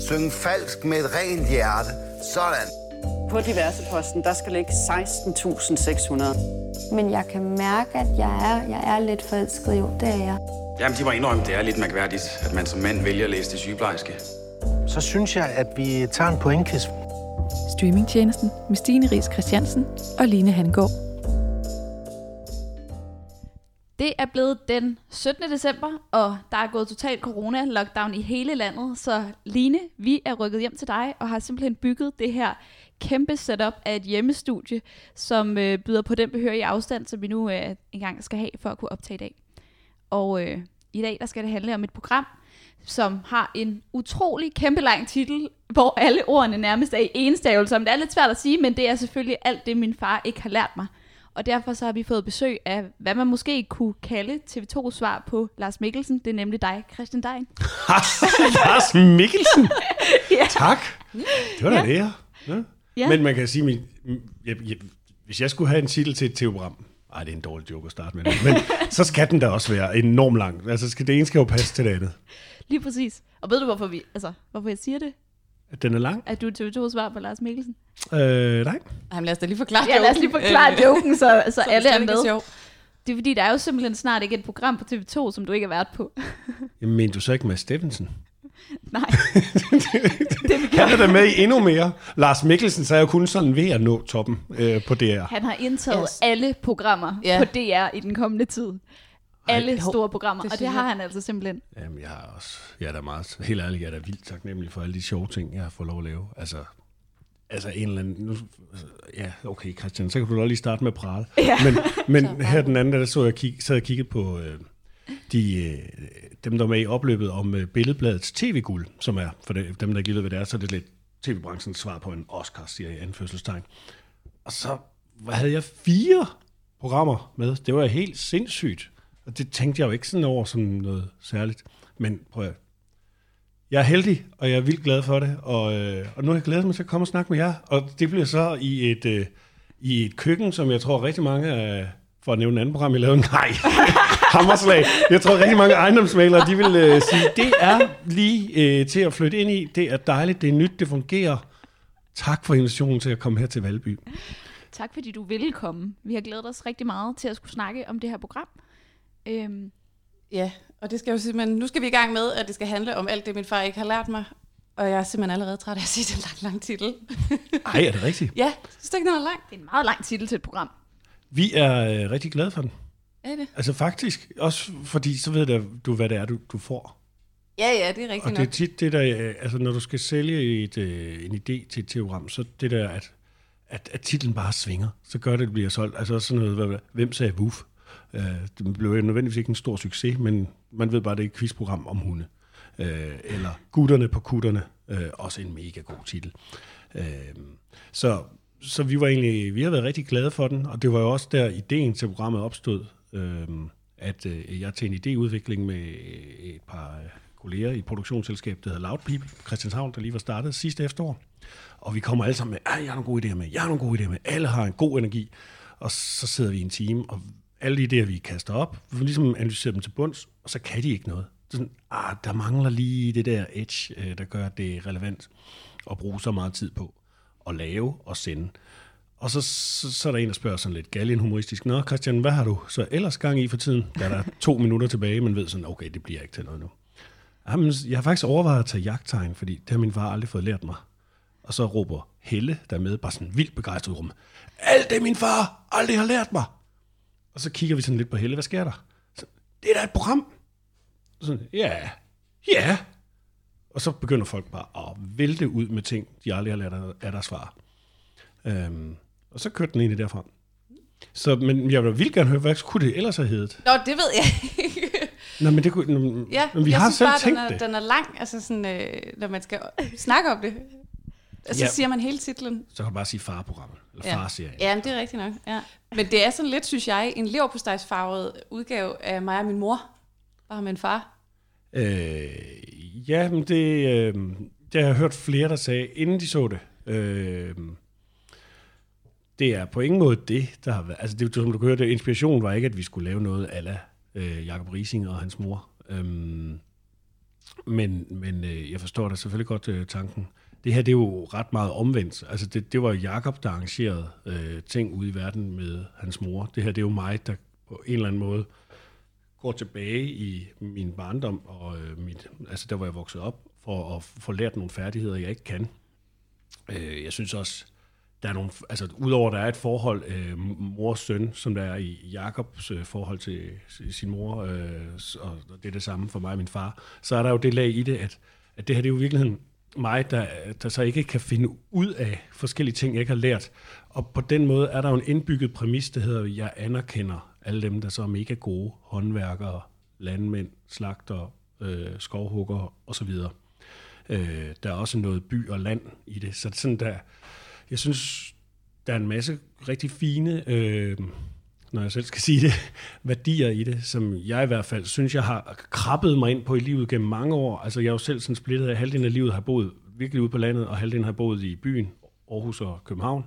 Synge falsk med et rent hjerte. Sådan. På Diverseposten, der skal ligge 16.600. Men jeg kan mærke, at jeg er lidt forelsket, jo, det er jeg. Jamen, de må indrømme, det er lidt mærkværdigt, at man som mand vælger at læse til sygeplejerske. Så synes jeg, at vi tager en pointquiz. Streamingtjenesten med Stine Riis Christiansen og Line Hangård. Det er blevet den 17. december, og der er gået total corona-lockdown i hele landet. Så Line, vi er rykket hjem til dig og har simpelthen bygget det her kæmpe setup af et hjemmestudie, som byder på den behørige afstand, som vi nu engang skal have for at kunne optage i dag. Og i dag der skal det handle om et program, som har en utrolig kæmpe lang titel, hvor alle ordene nærmest er i enstavelse. Det er lidt svært at sige, men det er selvfølgelig alt det, min far ikke har lært mig. Og derfor så har vi fået besøg af, hvad man måske kunne kalde TV2's svar på Lars Mikkelsen. Det er nemlig dig, Christian Dein. Lars Mikkelsen? Ja. Tak. Det var da det her. Ja. Ja. Men man kan sige, hvis jeg skulle have en titel til et TV-program, det er en dårlig joke at starte med, men så skal den da også være enormt lang. Altså, det ene skal jo passe til det andet. Lige præcis. Og ved du, hvorfor jeg siger det? At den er lang? At du er TV2's svar på Lars Mikkelsen? Nej. Jamen, lad os da lige forklare joken. Ja, lad os lige forklare joken, så alle er med. Sjov. Det er fordi, der er jo simpelthen snart ikke et program på TV2, som du ikke har været på. Jamen, mener du så ikke Mads Steffensen? Nej. Han er der med i endnu mere. Lars Mikkelsen så er jo kun sådan ved at nå toppen på DR. Han har indtaget alle programmer på DR i den kommende tid. Alle store programmer, og det har han altså simpelthen. Jamen, jeg er da meget, helt ærligt, jeg er da vildt taknemmelig for alle de sjove ting, jeg har fået lov at lave. Altså en eller anden, okay Christian, så kan du da lige starte med at prale. Ja. Men her den anden, der sad jeg og kiggede på dem, der er med i opløbet om Billedbladets TV-guld, som er, for dem, der ikke ved, hvad det er, så er det lidt TV-branchens svar på en Oscar, siger jeg i anførselstegn. Og så havde jeg 4 programmer med. Det var helt sindssygt. Og det tænkte jeg jo ikke sådan over som noget særligt. Men prøv at jeg er heldig, og jeg er vildt glad for det. Og nu har jeg glædet mig til at komme og snakke med jer. Og det bliver så i et køkken, som jeg tror rigtig mange for at nævne en anden program, jeg lavede. Hammerslag. Jeg tror rigtig mange ejendomsmælere, de vil sige, det er lige til at flytte ind i. Det er dejligt, det er nyt, det fungerer. Tak for invitationen til at komme her til Valby. Tak fordi du ville komme. Vi har glædet os rigtig meget til at skulle snakke om det her program. Ja, og det skal jo simpelthen, nu skal vi i gang med, at det skal handle om alt det, min far ikke har lært mig. Og jeg er simpelthen allerede træt af at sige, det er en lang titel. Ej, er det rigtigt? Ja, det er ikke noget langt. Det er en meget lang titel til et program. Vi er rigtig glade for den. Er det? Altså faktisk, også fordi så ved du, hvad det er, du får. Ja, det er rigtigt nok. Og det er tit det der, altså når du skal sælge en idé til et TV-program, så det der, at titlen bare svinger, så gør det bliver solgt. Altså sådan noget, hvem sagde woof? Det blev jo nødvendigvis ikke en stor succes, men man ved bare, det er et quizprogram om hunde. Eller Gutterne på kutterne, også en mega god titel. Så vi har været rigtig glade for den, og det var jo også der ideen til programmet opstod, at jeg til en idéudvikling med et par kolleger i et produktionsselskab, der hedder Loudpeople, Christianshavn, der lige var startet sidste efterår. Og vi kommer alle sammen med, jeg har nogle gode idéer med, alle har en god energi, og så sidder vi i en team, og alle de idéer, vi kaster op, vi får ligesom analyseret dem til bunds, og så kan de ikke noget. Sådan, der mangler lige det der edge, der gør, at det er relevant at bruge så meget tid på at lave og sende. Og så er der en, der spørger sådan lidt galgen-humoristisk, nå Christian, hvad har du så ellers gang i for tiden? Der er 2 minutter tilbage, men ved sådan, okay, det bliver ikke til noget nu. Jamen, jeg har faktisk overvejet at tage jagttegn, fordi det har min far aldrig fået lært mig. Og så råber Helle, der med, bare sådan vildt begejstret rum. Alt det, min far aldrig har lært mig. Og så kigger vi sådan lidt på Helle, hvad sker der? Så, det er da et program. Og sådan, ja. Og så begynder folk bare at vælte ud med ting, de aldrig har lært af deres far. Og så kørte den egentlig derfra. Så, men jeg vil vildt gerne høre, hvad kunne det ellers have heddet? Nå, det ved jeg ikke. Nå, men det kunne... men vi har selv tænkt det. Den er lang, altså sådan, når man skal snakke om det. Så siger man hele titlen. Så kan du bare sige farprogrammet, eller farserien. Ja, det er rigtigt nok. Ja. Men det er sådan lidt, synes jeg, en leverpostejsfarvet udgave af mig og min mor. Bare med en far. Ja, men det har jeg hørt flere, der sagde, inden de så det. Det er på ingen måde det, der har været... Altså, det, som du kan høre, det, inspiration var ikke, at vi skulle lave noget a la Jacob Riising og hans mor. Men jeg forstår da selvfølgelig godt tanken. Det her, det er jo ret meget omvendt. Altså, det var Jakob, der arrangerede ting ude i verden med hans mor. Det her, det er jo mig, der på en eller anden måde går tilbage i min barndom, og der hvor jeg voksede op, for at få lært nogle færdigheder, jeg ikke kan. Jeg synes også, der er nogle, altså udover der er et forhold mor-søn, som der er i Jakobs forhold til sin mor, og det er det samme for mig og min far, så er der jo det lag i det, at det her det er jo i virkeligheden mig, der så ikke kan finde ud af forskellige ting, jeg ikke har lært. Og på den måde er der jo en indbygget præmis, der hedder, at jeg anerkender alle dem, der så er mega gode håndværkere, landmænd, slagter, skovhuggere osv. Der er også noget by og land i det. Så det er sådan der, jeg synes, der er en masse rigtig fine, når jeg selv skal sige det, værdier i det, som jeg i hvert fald synes, jeg har krabbet mig ind på i livet gennem mange år. Altså jeg er jo selv sådan splittet af, halvdelen af livet har boet virkelig ude på landet, og halvdelen har boet i byen, Aarhus og København.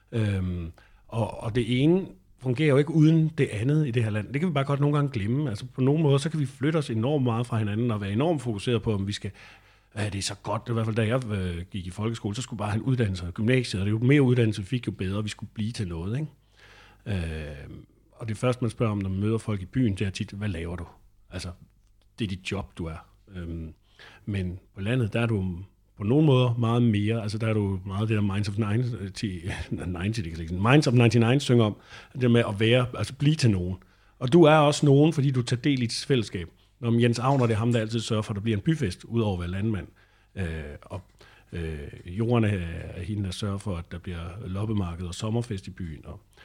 Og det ene fungerer jo ikke uden det andet i det her land. Det kan vi bare godt nogle gange glemme. Altså på nogle måder, så kan vi flytte os enormt meget fra hinanden og være enormt fokuseret på, om vi skal... Ja, det er så godt. I hvert fald, da jeg gik i folkeskole, så skulle bare have en uddannelse og gymnasiet, og det er jo mere uddannelse, vi fik jo bedre, vi skulle blive til noget, ikke? Og det første, man spørger om, når man møder folk i byen, det er tit, hvad laver du? Altså, det er dit job, du er. Men på landet, der er du på nogle måder meget mere, altså der er du meget det der Minds of 99 synger om, det med at være, altså blive til nogen. Og du er også nogen, fordi du tager del i et fællesskab. Når Jens Agner, det er ham, der altid sørger for, at der bliver en byfest, udover at være landmand. Jorden er hende, der sørger for, at der bliver loppemarked og sommerfest i byen.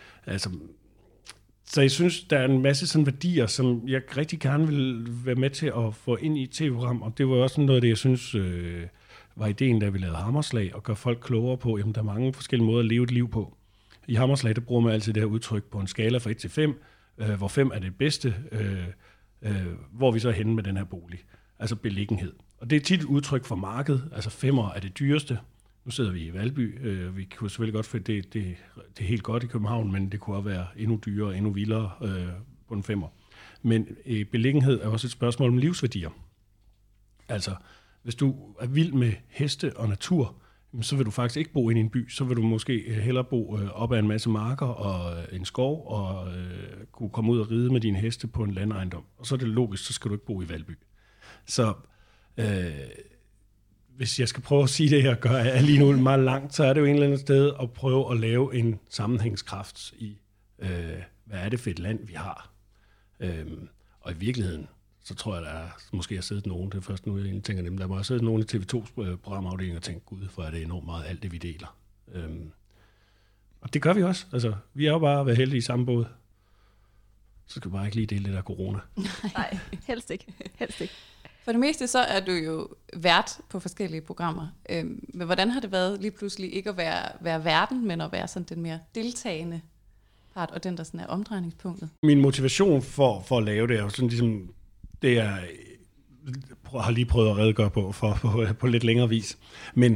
Så jeg synes, der er en masse sådan værdier, som jeg rigtig gerne vil være med til at få ind i et tv-program, og det var også noget af det, jeg synes var ideen, da vi lavede Hammerslag, og gøre folk klogere på, jamen der er mange forskellige måder at leve et liv på. I Hammerslag, der bruger man altid det her udtryk på en skala fra 1 til 5, hvor 5 er det bedste, hvor vi så er henne med den her bolig, altså beliggenhed. Og det er tit et udtryk for marked, altså 5'er er det dyreste. Nu sidder vi i Valby, vi kunne selvfølgelig godt, for det er helt godt i København, men det kunne også være endnu dyrere, endnu vildere på en 5'er. Men beliggenhed er også et spørgsmål om livsværdier. Altså, hvis du er vild med heste og natur, så vil du faktisk ikke bo inde i en by, så vil du måske hellere bo op ad en masse marker og en skov, og kunne komme ud og ride med dine heste på en landejendom. Og så er det logisk, så skal du ikke bo i Valby. Så hvis jeg skal prøve at sige det her, gør jeg lige nu meget langt, så er det jo en eller anden sted at prøve at lave en sammenhængskraft i, hvad er det for et land, vi har. Og i virkeligheden, så tror jeg, der er, måske har siddet nogen, det er først nu, jeg tænker dem, der må have siddet nogen i TV2's programafdeling og tænkt, gud, for er det enormt meget alt det, vi deler. Og det gør vi også. Altså, vi er jo bare at være heldige i samme båd. Så skal vi bare ikke lige dele det der corona. Nej, helst ikke. Helst ikke. For det meste så er du jo vært på forskellige programmer. Men hvordan har det været lige pludselig ikke at være værten, men at være sådan den mere deltagende part, og den der sådan er omdrejningspunktet? Min motivation for at lave det er jo sådan ligesom, det er, har lige prøvet at redegøre på lidt længere vis. Men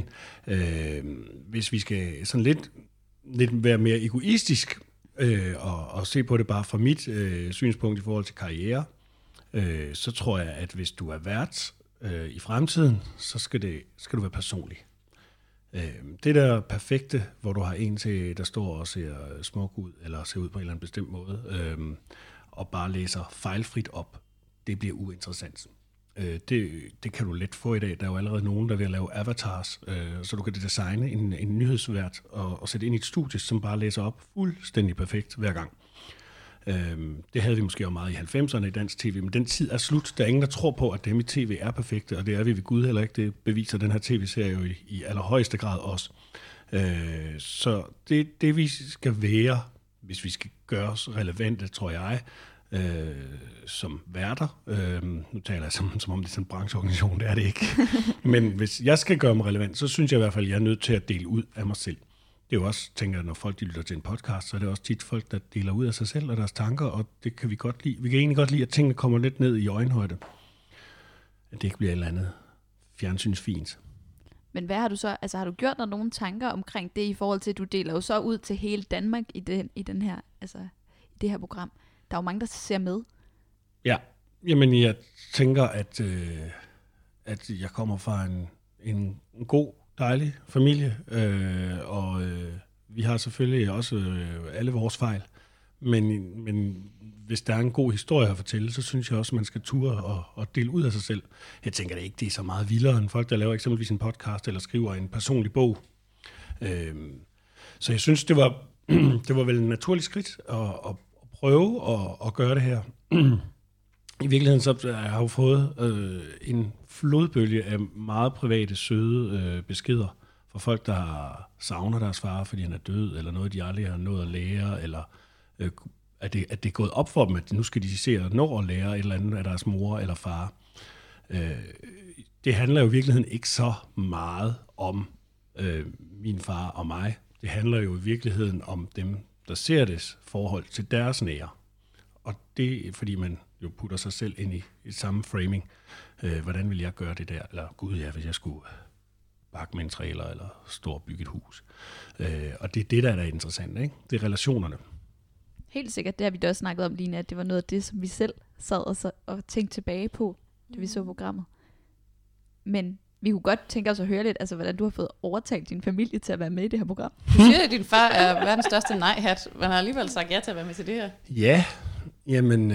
hvis vi skal sådan lidt være mere egoistisk og se på det bare fra mit synspunkt i forhold til karriere, så tror jeg, at hvis du er vært i fremtiden, så skal du være personlig. Det der perfekte, hvor du har en til, der står og ser smuk ud, eller ser ud på en eller anden bestemt måde, og bare læser fejlfrit op, det bliver uinteressant. Det kan du let få i dag. Der er jo allerede nogen, der vil lave avatars, så du kan designe en nyhedsvært og sætte ind i et studie, som bare læser op fuldstændig perfekt hver gang. Det havde vi måske jo meget i 90'erne i dansk tv, men den tid er slut. Der er ingen, der tror på, at dem i tv er perfekte, og det er vi ved Gud heller ikke. Det beviser den her tv-serie jo i allerhøjeste grad også. Så det vi skal være, hvis vi skal gøre os relevante, tror jeg, som værter. Nu taler jeg som om det er sådan en brancheorganisation, det er det ikke. Men hvis jeg skal gøre mig relevant, så synes jeg i hvert fald, at jeg er nødt til at dele ud af mig selv. Det er jo også, tænker jeg, når folk de lytter til en podcast, så er det også tit folk, der deler ud af sig selv og deres tanker, og det kan vi godt lide. Vi kan egentlig godt lide, at tingene kommer lidt ned i øjenhøjde. At det ikke bliver et eller andet fjernsynsfint. Men hvad har du så, altså har du gjort dig nogle tanker omkring det i forhold til, at du deler jo så ud til hele Danmark i den her, altså i det her program? Der er jo mange, der ser med. Ja, jamen jeg tænker, at jeg kommer fra en god, dejlig familie, og vi har selvfølgelig også alle vores fejl. Men hvis der er en god historie at fortælle, så synes jeg også, at man skal ture og dele ud af sig selv. Jeg tænker da ikke, det er så meget vildere end folk, der laver eksempelvis en podcast eller skriver en personlig bog. Så jeg synes, det var vel en naturlig skridt at prøve at gøre det her. I virkeligheden så har jeg jo fået en flodbølge af meget private, søde beskeder fra folk, der savner deres far, fordi han er død, eller noget, de aldrig har nået at lære, eller at det er gået op for dem, at nu skal de se at nå at lære et eller andet af deres mor eller far. Det handler jo i virkeligheden ikke så meget om min far og mig. Det handler jo i virkeligheden om dem, der ser det forhold til deres nære. Og det er, fordi man jo putter sig selv ind i samme framing. Hvordan vil jeg gøre det der? Eller gud ja, hvis jeg skulle bakke med en trailer, eller stå og bygge et hus. Og det er det, der er interessant, ikke? Det er relationerne. Helt sikkert, det har vi da også snakket om, Line, at det var noget af det, som vi selv sad og tænkte tilbage på, da vi så programmet. Men vi kunne godt tænke os at høre lidt, altså hvordan du har fået overtalt din familie til at være med i det her program. Du siger, at din far er verdens største nej-hat, men han har alligevel sagt ja til at være med til det her. Ja, jamen,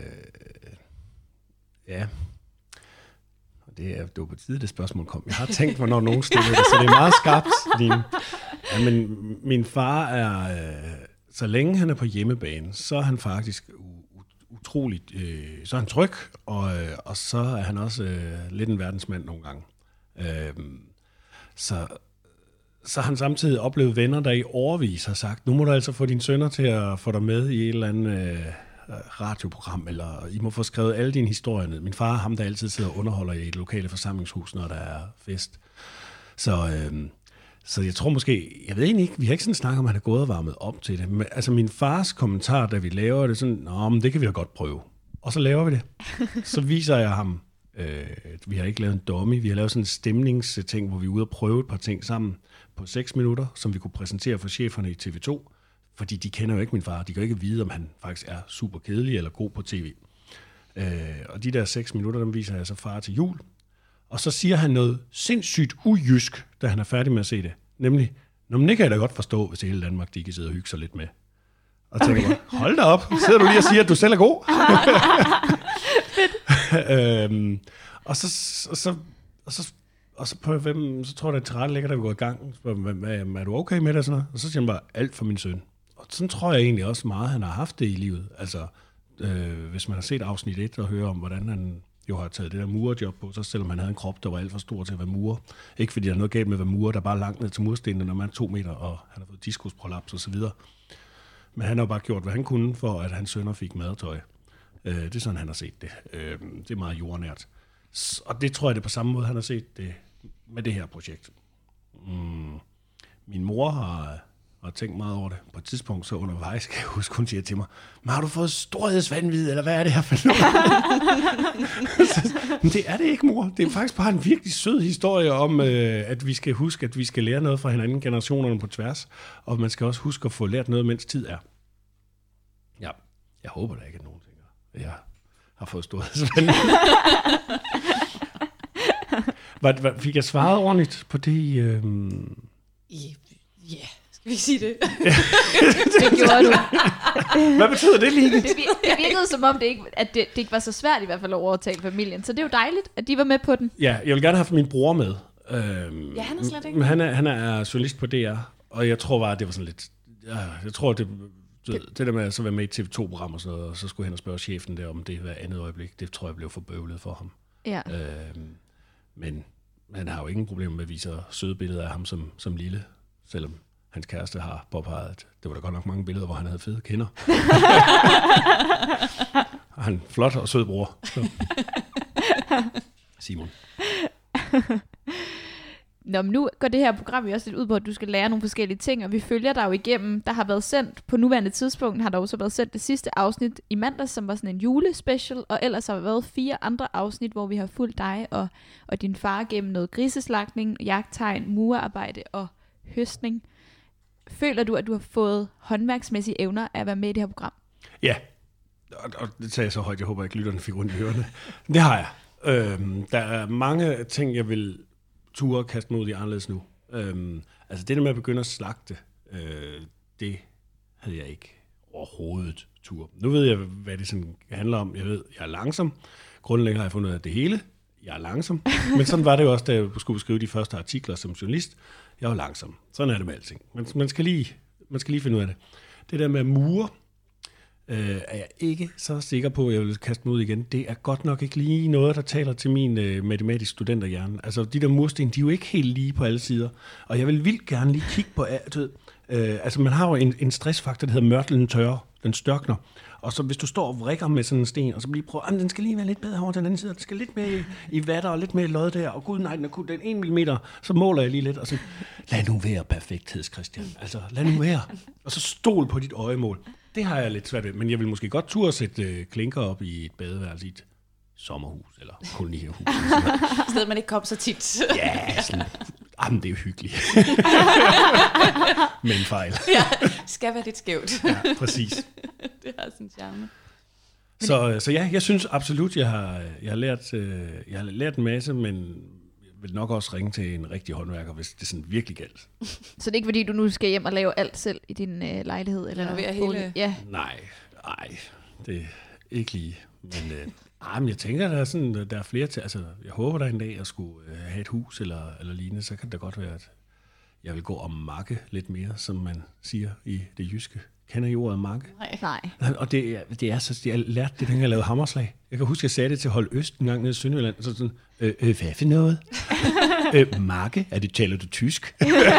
ja. Det var på tide, det spørgsmål kom. Jeg har tænkt, hvornår nogen stillede det, så det er meget skarpt. Jamen, min far er, så længe han er på hjemmebane, så er han faktisk utroligt, så er han tryg, og så er han også lidt en verdensmand nogle gange. Så har han samtidig oplevet venner, der i årevis har sagt, nu må du altså få dine sønner til at få dig med i et eller andet radioprogram, eller I må få skrevet alle dine historier ned. Min far er ham, der altid sidder og underholder i et lokale forsamlingshus, når der er fest. Så jeg tror måske, jeg ved egentlig ikke, vi har ikke sådan snakket om, at han er gået og varmet op til det. Men, altså min fars kommentar, da vi laver det, sådan, men det kan vi da godt prøve. Og så laver vi det. Så viser jeg ham, vi har ikke lavet en dummy, vi har lavet sådan en stemningsting, hvor vi er ude og prøve et par ting sammen på 6 minutter, som vi kunne præsentere for cheferne i TV2. Fordi de kender jo ikke min far. De kan jo ikke vide, om han faktisk er super kedelig eller god på tv. Og de der 6 minutter, dem viser jeg så far til jul. Og så siger han noget sindssygt ujysk, da han er færdig med at se det. Nemlig, men det kan jeg da godt forstå, hvis hele Danmark de kan sidde og hygge sig lidt med. Og tænker mig, hold da op, sidder du lige og siger, at du selv er god? Og så prøver jeg, så tror jeg, at tilrettelægger, der vi går i gang. Er du okay med det? Sådan noget? Og så siger han bare, alt for min søn. Og sådan tror jeg egentlig også meget, han har haft det i livet. Altså, hvis man har set afsnit 1 og hører om, hvordan han jo har taget det der murerjob på, så selvom han havde en krop, der var alt for stor til at være murer. Ikke fordi der er noget galt med at være murer, der er bare langt ned til murstenene, når man er 2 meter, og han har fået diskusprolaps og så videre. Men han har jo bare gjort, hvad han kunne, for at hans sønner fik madtøj. Det er sådan, han har set det. Det er meget jordnært. Og det tror jeg, det er på samme måde, han har set det med det her projekt. Min mor har tænkt meget over det. På et tidspunkt så undervejs, kan jeg huske, hun siger til mig, men har du fået storhedsvanvid, eller hvad er det her for noget? Men det er det ikke, mor. Det er faktisk bare en virkelig sød historie om, at vi skal huske, at vi skal lære noget fra hinanden, generationerne på tværs, og man skal også huske at få lært noget, mens tid er. Ja, jeg håber da ikke, at nogen tænker, at jeg har fået storhedsvanvid. Fik jeg svaret ordentligt på det? Ja, skal vi sige det? Det gjorde du. Hvad betyder det lige? Det virkede som om, det ikke var så svært i hvert fald at overtale familien. Så det er jo dejligt, at de var med på den. Ja, jeg vil gerne have min bror med. Ja, han er slet ikke. Men han er journalist på DR, og jeg tror bare, at det var sådan lidt... Ja, jeg tror, det der med at så være med i TV2-program og sådan noget, og så skulle han og spørge chefen der om det hver andet øjeblik, det tror jeg blev for bøvlet for ham. Ja. Men han har jo ingen problemer med at vise søde billeder af ham som lille, selvom hans kæreste har påpeget, at det var da godt nok mange billeder, hvor han havde fede kinder. Og han flot og sød bror. Så. Simon. Nå, men nu går det her program jo også lidt ud på, at du skal lære nogle forskellige ting, og vi følger dig jo igennem. Der har været sendt, på nuværende tidspunkt har der også været sendt det sidste afsnit i mandags, som var sådan en julespecial, og ellers har der været 4 andre afsnit, hvor vi har fulgt dig og din far gennem noget griseslagtning, jagttegn, murarbejde og høstning. Føler du, at du har fået håndværksmæssige evner af at være med i det her program? Ja, og det sagde jeg så højt, jeg håber ikke lytterne fik rundt i ørerne. Det har jeg. Der er mange ting, jeg vil ture kaste mod i anderledes nu. Altså det der med at begynde at slagte, det havde jeg ikke overhovedet tur. Nu ved jeg, hvad det sådan handler om. Jeg ved, jeg er langsom. Grundlæggende har jeg fundet ud af det hele. Jeg er langsom. Men sådan var det jo også, da jeg skulle skrive de første artikler som journalist. Jeg var langsom. Sådan er det med alting. Man skal lige finde ud af det. Det der med at mure, er jeg ikke så sikker på, at jeg vil kaste mig ud igen. Det er godt nok ikke lige noget, der taler til min matematisk studenterhjerne. Altså, de der mursten, de er jo ikke helt lige på alle sider. Og jeg vil vildt gerne lige kigge på, altså man har jo en stressfaktor, der hedder mørtlen tørre. Den størkner. Og så hvis du står og vrikker med sådan en sten, og så lige prøver, den skal lige være lidt bedre over til den anden side, den skal lidt mere i vatter og lidt mere i lod der, og gud nej, den er 1 millimeter, så måler jeg lige lidt, og så lad nu være perfekthed, Christian. Altså, lad nu være. Og så stol på dit øjemål. Det har jeg lidt svært ved, men jeg vil måske godt turde sætte klinker op i et badeværelse i et sommerhus, eller kolonihus. Et sted, man ikke kom så tit. Ja, sådan. Jamen, det er jo hyggeligt. Men en fejl. Ja, skal være lidt skævt. Ja, præcis. Det har sådan en charme. Så ja, jeg synes absolut, jeg har lært en masse, men jeg vil nok også ringe til en rigtig håndværker, hvis det er sådan virkelig galt. Så det er ikke fordi, du nu skal hjem og lave alt selv i din lejlighed? Eller ved at hele... Ja. Nej, det er ikke lige. Men jeg tænker, der er flere til. Altså, jeg håber, der en dag, jeg skulle have et hus eller lignende, så kan det da godt være, at jeg vil gå og makke lidt mere, som man siger i det jyske. Kender I ordet makke? Nej. Og det er så, jeg lærte det, da jeg lavede hammerslag. Jeg kan huske, at jeg sagde det til Hold Øst en gang nede i Sønderjylland. Så sådan, hvad for noget? Makke? Taler du tysk?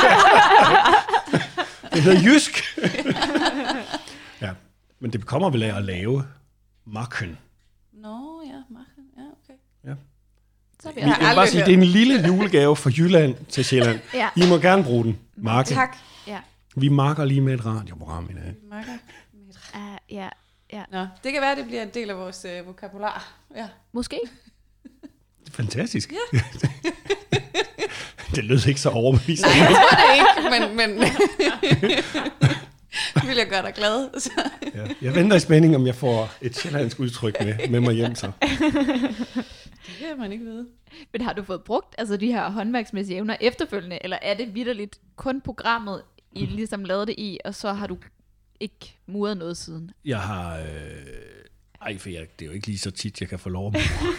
Det hedder jysk. Ja, men det kommer vel af at lave makken. Nå, ja, makken. Ja, okay. Ja. Så jeg vil bare sige, det er en lille julegave fra Jylland til Sjælland. Ja. I må gerne bruge den. Makke. Tak. Ja. Vi makker lige med et radioprogram i dag. Ja. Nå, det kan være, at det bliver en del af vores vokabular. Ja. Måske. Fantastisk. Ja. Det lød ikke så overbevisende. Nej, jeg tror det ikke, men vil jeg gøre dig glad. Så. Ja. Jeg venter i spænding, om jeg får et sjællandsk udtryk med mig hjem så. Det kan man ikke vide. Men har du fået brugt altså de her håndværksmæssige evner efterfølgende, eller er det vitterligt kun programmet, I ligesom lavede det i, og så har du ikke muret noget siden? Jeg har... for det er jo ikke lige så tit, jeg kan få lov at mure.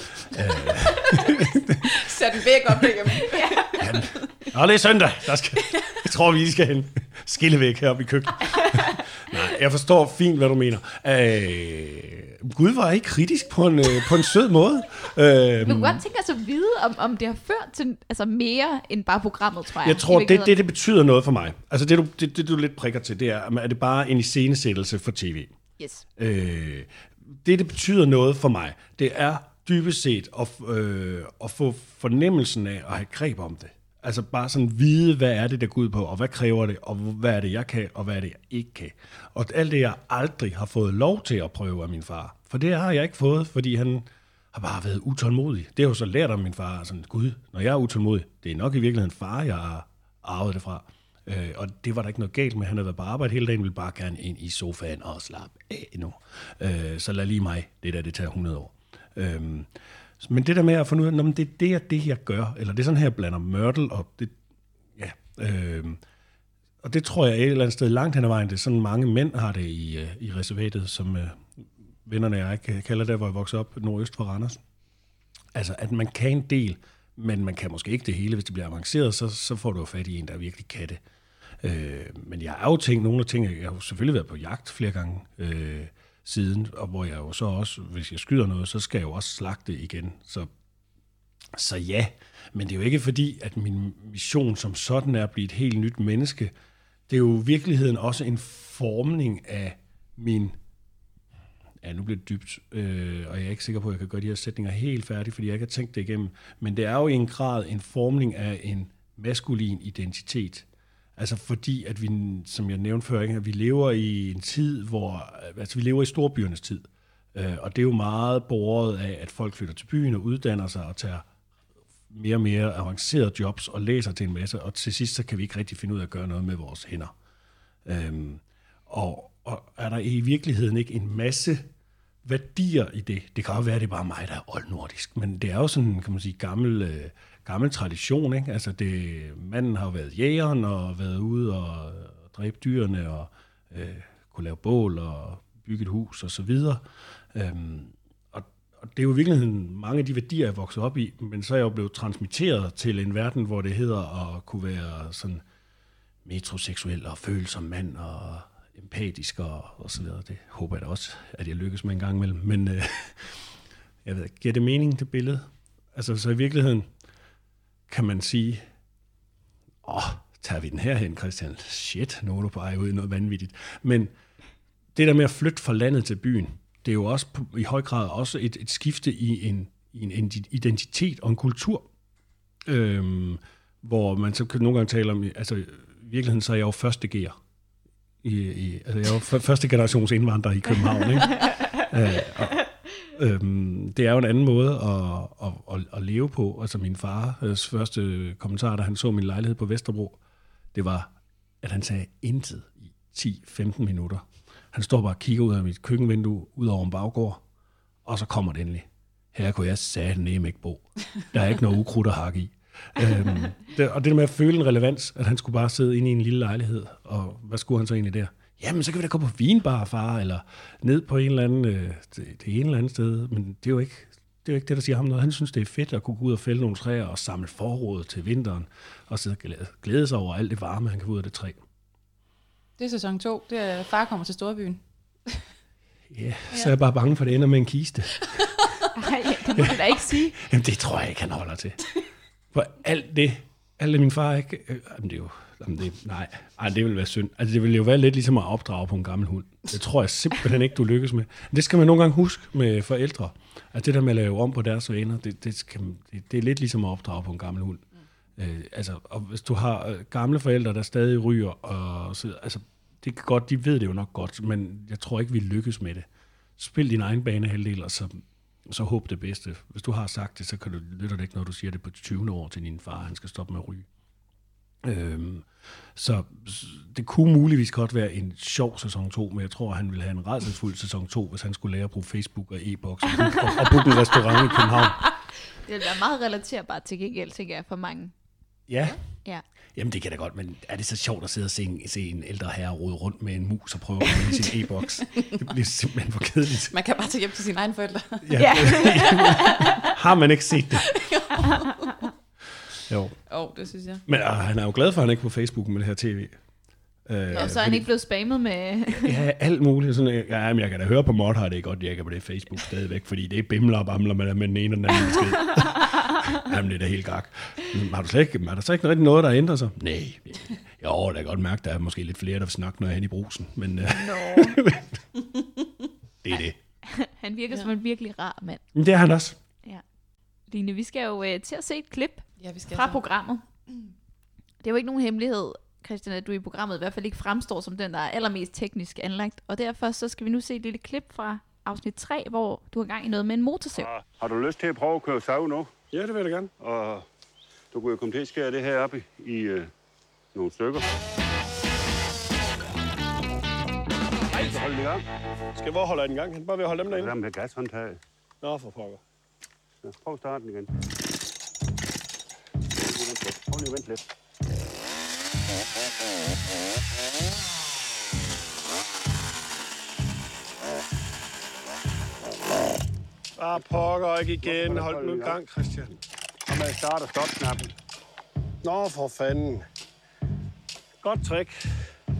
Sæt den væk op derhjemme. Det er søndag. Jeg tror, vi skal have en skillevæg heroppe i køkkenet. Nej, jeg forstår fint, hvad du mener. Gud var ikke kritisk på en sød måde. Du kunne godt tænke os at vide, om det har ført til altså mere end bare programmet, tror jeg. Jeg tror, det betyder noget for mig. Altså det du lidt prikker til, det er det bare en iscenesættelse for tv. Yes. Det betyder noget for mig, det er dybest set at få fornemmelsen af at have greb om det. Altså bare sådan vide, hvad er det, der går ud på, og hvad kræver det, og hvad er det, jeg kan, og hvad er det, jeg ikke kan. Og alt det, jeg aldrig har fået lov til at prøve af min far. For det har jeg ikke fået, fordi han har bare været utålmodig. Det har jo så lært af min far, sådan, gud, når jeg er utålmodig, det er nok i virkeligheden far, jeg har arvet det fra. Og det var der ikke noget galt med. Han havde været på arbejde hele dagen, ville bare gerne ind i sofaen og slappe af nu. Så lad lige mig, det tager 100 år. Men det der med at finde ud af, det er det, jeg gør, eller det er sådan her, jeg blander mørtel, og det, ja, og det tror jeg et eller andet sted langt hen ad vejen, det er sådan mange mænd har det i reservatet, som vennerne og jeg kalder det, hvor jeg voksede op nordøst for Randers. Altså, at man kan en del, men man kan måske ikke det hele. Hvis det bliver avanceret, så får du jo fat i en, der virkelig kan det. Men jeg har jo tænkt nogle af tingene, jeg har jo selvfølgelig været på jagt flere gange, siden, og hvor jeg jo så også, hvis jeg skyder noget, så skal jeg jo også slagte igen. Så ja, men det er jo ikke fordi, at min mission som sådan er at blive et helt nyt menneske. Det er jo i virkeligheden også en formning af min... Ja, nu bliver det dybt, og jeg er ikke sikker på, at jeg kan gøre de her sætninger helt færdige, fordi jeg ikke har tænkt det igennem. Men det er jo i en grad en formning af en maskulin identitet. Altså fordi, at vi, som jeg nævnte før, at vi lever i en tid, vi lever i storbyernes tid. Og det er jo meget båret af, at folk flytter til byen og uddanner sig og tager mere og mere avancerede jobs og læser til en masse, og til sidst så kan vi ikke rigtig finde ud af at gøre noget med vores hænder. Og er der i virkeligheden ikke en masse værdier i det. Det kan også være, at det er bare mig, der er oldnordisk, men det er jo sådan, kan man sige, gammel tradition, ikke? Altså, manden har jo været jægeren og været ude og dræbe dyrene og kunne lave bål og bygge et hus og så videre. Og det er jo i virkeligheden mange af de værdier, jeg er vokset op i, men så er jeg jo blevet transmitteret til en verden, hvor det hedder at kunne være sådan metroseksuel og følsom mand og empatisk og så videre. Det håber jeg da også, at jeg lykkes med en gang imellem. Men jeg ved, giver det mening, det billede? Altså, så i virkeligheden kan man sige, tager vi den her hen, Christian? Shit, nu er du på vej ud i noget vanvittigt. Men det der med at flytte fra landet til byen, det er jo også i høj grad også et skifte i en identitet og en kultur, hvor man så kan nogle gange tale om, altså i virkeligheden så er jeg jo første gear. Altså jeg er jo første generations indvandrer i København, ikke? Det er jo en anden måde at leve på. Altså min fars første kommentar, da han så min lejlighed på Vesterbro, det var, at han sagde intet i 10-15 minutter. Han står bare og kigger ud af mit køkkenvindue, ud over en baggård, og så kommer det endelig. Her kunne jeg satme ikke bo. Der er ikke noget ukrudt at hakke i. Og det der med at føle en relevans, at han skulle bare sidde inde i en lille lejlighed, og hvad skulle han så egentlig der? Jamen, så kan vi da gå på vinbar, far, eller ned på en eller anden, det ene eller andet sted, men det er jo ikke det, der siger ham noget. Han synes, det er fedt at kunne gå ud og fælde nogle træer og samle forråd til vinteren, og sidde og glæde sig over alt det varme, han kan få ud af det træ. Det er sæson 2, det er far kommer til storbyen. Ja, så er jeg bare bange for, at det ender med en kiste. Nej, det må du da ikke sige. Jamen, det tror jeg ikke, han holder til. For alt det min far ikke... det er jo... Nej, det vil være synd. Altså, det vil jo være lidt ligesom at opdrage på en gammel hund. Det tror jeg simpelthen ikke, du lykkes med. Det skal man nogle gange huske med forældre. At det der med at lave om på deres vaner, det er lidt ligesom at opdrage på en gammel hund. Og hvis du har gamle forældre, der stadig ryger, altså, det kan godt, de ved det jo nok godt, men jeg tror ikke, vi lykkes med det. Spil din egen banehalvdel, og så håb det bedste. Hvis du har sagt det, så lytter det ikke, når du siger det på 20. år til din far, han skal stoppe med at ryge. Så det kunne muligvis godt være en sjov sæson 2, men jeg tror, han ville have en rædselsfuld sæson 2, hvis han skulle lære at bruge Facebook og e-boks og booke en restaurant i København. Det ville være meget relaterbart til gengæld, tænker jeg, for mange. Ja. Jamen, det kan da godt, men er det så sjovt at sidde og se en ældre herre rode rundt med en mus og prøve at finde sin e-boks? Det bliver simpelthen for kedeligt. Man kan bare tage hjem til sine egne forældre. Ja. Har man ikke set det? Jo. Det synes jeg. Men han er jo glad for, at han ikke er på Facebook med det her tv. Så er han ikke blevet spammet med... Ja, alt muligt. Sådan, men jeg kan da høre på mod, har det godt, jeg kan på det Facebook stadigvæk, fordi det er bimler og bamler med den ene og den anden besked. Jamen, det er da helt gak. Har der så ikke noget, der ændrer sig? Nej. Jo, det er godt mærke, der er måske lidt flere, der vil snakke, når jeg er hen i brusen. Men det er det. Han virker som en virkelig rar mand. Men det er han også. Ja. Line, vi skal jo til at se et klip vi skal fra programmet. Det er jo ikke nogen hemmelighed, Christian, at du i programmet i hvert fald ikke fremstår som den, der er allermest teknisk anlagt. Og derfor så skal vi nu se et lille klip fra afsnit 3, hvor du har gang i noget med en motorsav. Har du lyst til at prøve at køre sav nu? Ja, det vil jeg gerne. Og du kunne jo komme til at skære det her op i nogle stykker. Så hold den i gang. Hvor holder jeg den i gang? Bare ved at holde dem derinde? Sammen med gashåndtaget. Nå, for pokker. Ja, prøv at starte den igen. Prøv lige at vente lidt. Pokker ikke igen. Hold den nu i gang, Christian. Kom med start og stop-knappen. Nå, for fanden. Godt trick.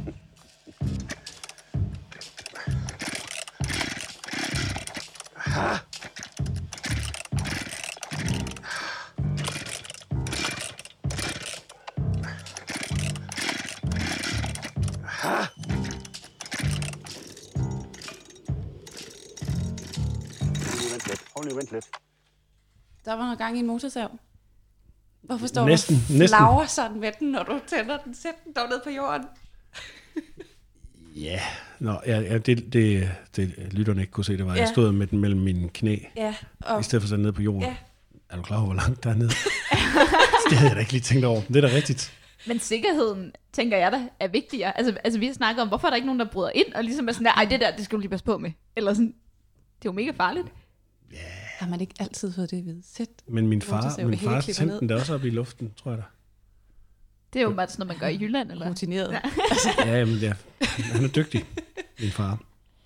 Vent lidt. Der var noget gang i en motorsav. Hvorfor står næsten du flager sådan med den, når du tænder den? Sæt den dog ned på jorden. Ja, det lytterne ikke kunne se, det var. Jeg stod med den mellem mine knæ, i stedet for at sætte ned på jorden. Ja. Er du klar over, hvor langt der er ned? Det havde jeg da ikke lige tænkt over. Det er da rigtigt. Men sikkerheden, tænker jeg da, er vigtigere. Altså vi snakker om, hvorfor er der ikke nogen, der bryder ind, og ligesom er sådan der, det skal du lige passe på med. Eller sådan. Det er jo mega farligt. Ja. Har man ikke altid fået det at vide? Men min far sendte den der også op i luften, tror jeg da. Det er jo bare sådan noget, man gør i Jylland, eller? Rutineret. Ja. Ja, men ja. Han er dygtig, min far.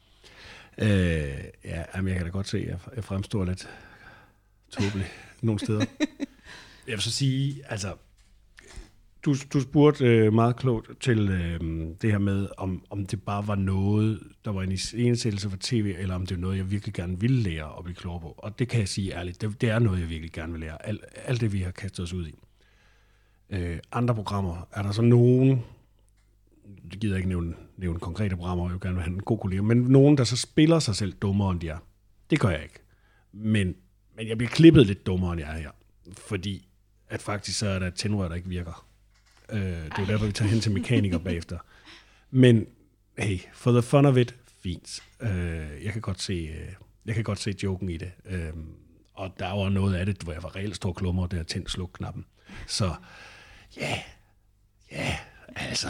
Ja, men jeg kan da godt se, at jeg fremstår lidt tåbelig nogle steder. Jeg vil så sige, altså, du spurgte meget klogt til det her med, om det bare var noget, der var en iscenesættelse for tv, eller om det var noget, jeg virkelig gerne ville lære at blive klogere på. Og det kan jeg sige ærligt, det er noget, jeg virkelig gerne vil lære. Alt det, vi har kastet os ud i. Andre programmer, er der så nogen, det gider jeg ikke nævne konkrete programmer, jeg vil gerne vil have en god kollega, men nogen, der så spiller sig selv dummere, end de er. Det gør jeg ikke. Men jeg bliver klippet lidt dummere, end jeg er her. Fordi at faktisk så er der et tændrør, der ikke virker. Det er jo derfor, vi tager hen til mekaniker bagefter. Men hey, for the fun of it, fint. Jeg kan godt se joken i det. Og der var noget af det, hvor jeg var reelt stor klummer, der tændt sluk-knappen. Så ja, altså,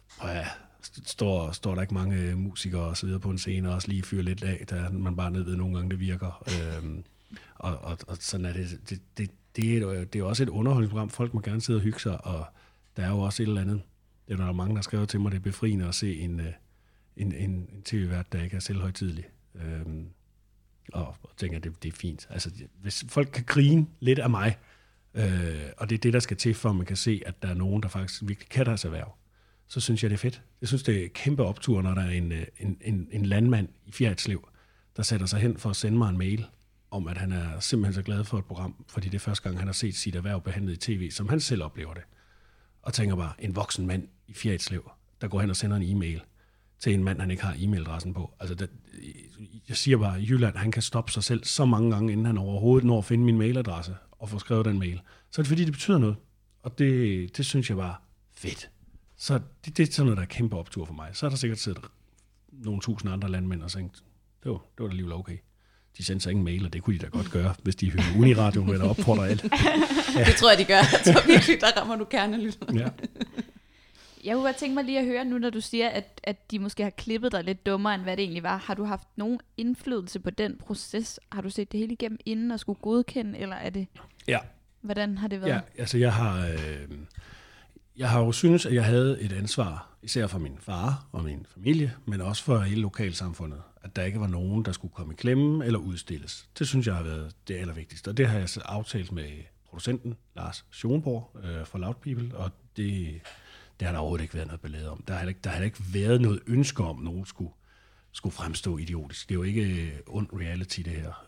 står der ikke mange musikere og så videre på en scene, og også lige fyrer lidt af, der man bare ned ved nogle gange, det virker. Og sådan er det er jo også et underholdningsprogram. Folk må gerne sidde og hygge sig, og der er jo også et eller andet. Det er der mange, der skriver til mig, det er befriende at se en tv-vært, der ikke er selvhøjtidelig. Og tænker, det er fint. Altså, hvis folk kan grine lidt af mig, og det er det, der skal til, for at man kan se, at der er nogen, der faktisk virkelig kan deres erhverv, så synes jeg, det er fedt. Jeg synes, det er kæmpe optur, når der er en landmand i Fjerritslev, der sætter sig hen for at sende mig en mail, om at han er simpelthen så glad for et program, fordi det er første gang, han har set sit erhverv behandlet i tv, som han selv oplever det. Og tænker bare, en voksen mand i Fjerritslev, der går hen og sender en e-mail til en mand, han ikke har e-mailadressen på. Altså, jeg siger bare, at Jylland, han kan stoppe sig selv så mange gange, inden han overhovedet når at finde min mailadresse og få skrevet den mail. Så er det fordi, det betyder noget. Og det synes jeg var fedt. Så det er sådan noget, der er kæmpe optur for mig. Så er der sikkert siddet nogle tusind andre landmænd og tænkt, det var da alligevel okay. De sendte sig ingen mail, og det kunne de da godt gøre, hvis de hører Uniradio, hvor der opfordrer alt. Ja. Det tror jeg, de gør. Jeg tror virkelig, der rammer du kernelytteren. Ja. Jeg kunne godt tænke mig lige at høre nu, når du siger, at de måske har klippet dig lidt dummere, end hvad det egentlig var. Har du haft nogen indflydelse på den proces? Har du set det hele igennem inden og skulle godkende, eller er det... Ja. Hvordan har det været? Ja, altså jeg har jo synes, at jeg havde et ansvar, især for min far og min familie, men også for hele lokalsamfundet, at der ikke var nogen, der skulle komme i klemme eller udstilles. Det synes jeg har været det allervigtigste, og det har jeg så aftalt med producenten, Lars Schoenborg fra Loud People, og det har der overhovedet ikke været noget ballade om. Der har ikke været noget ønske om, at nogen skulle fremstå idiotisk. Det er jo ikke ond reality, det her.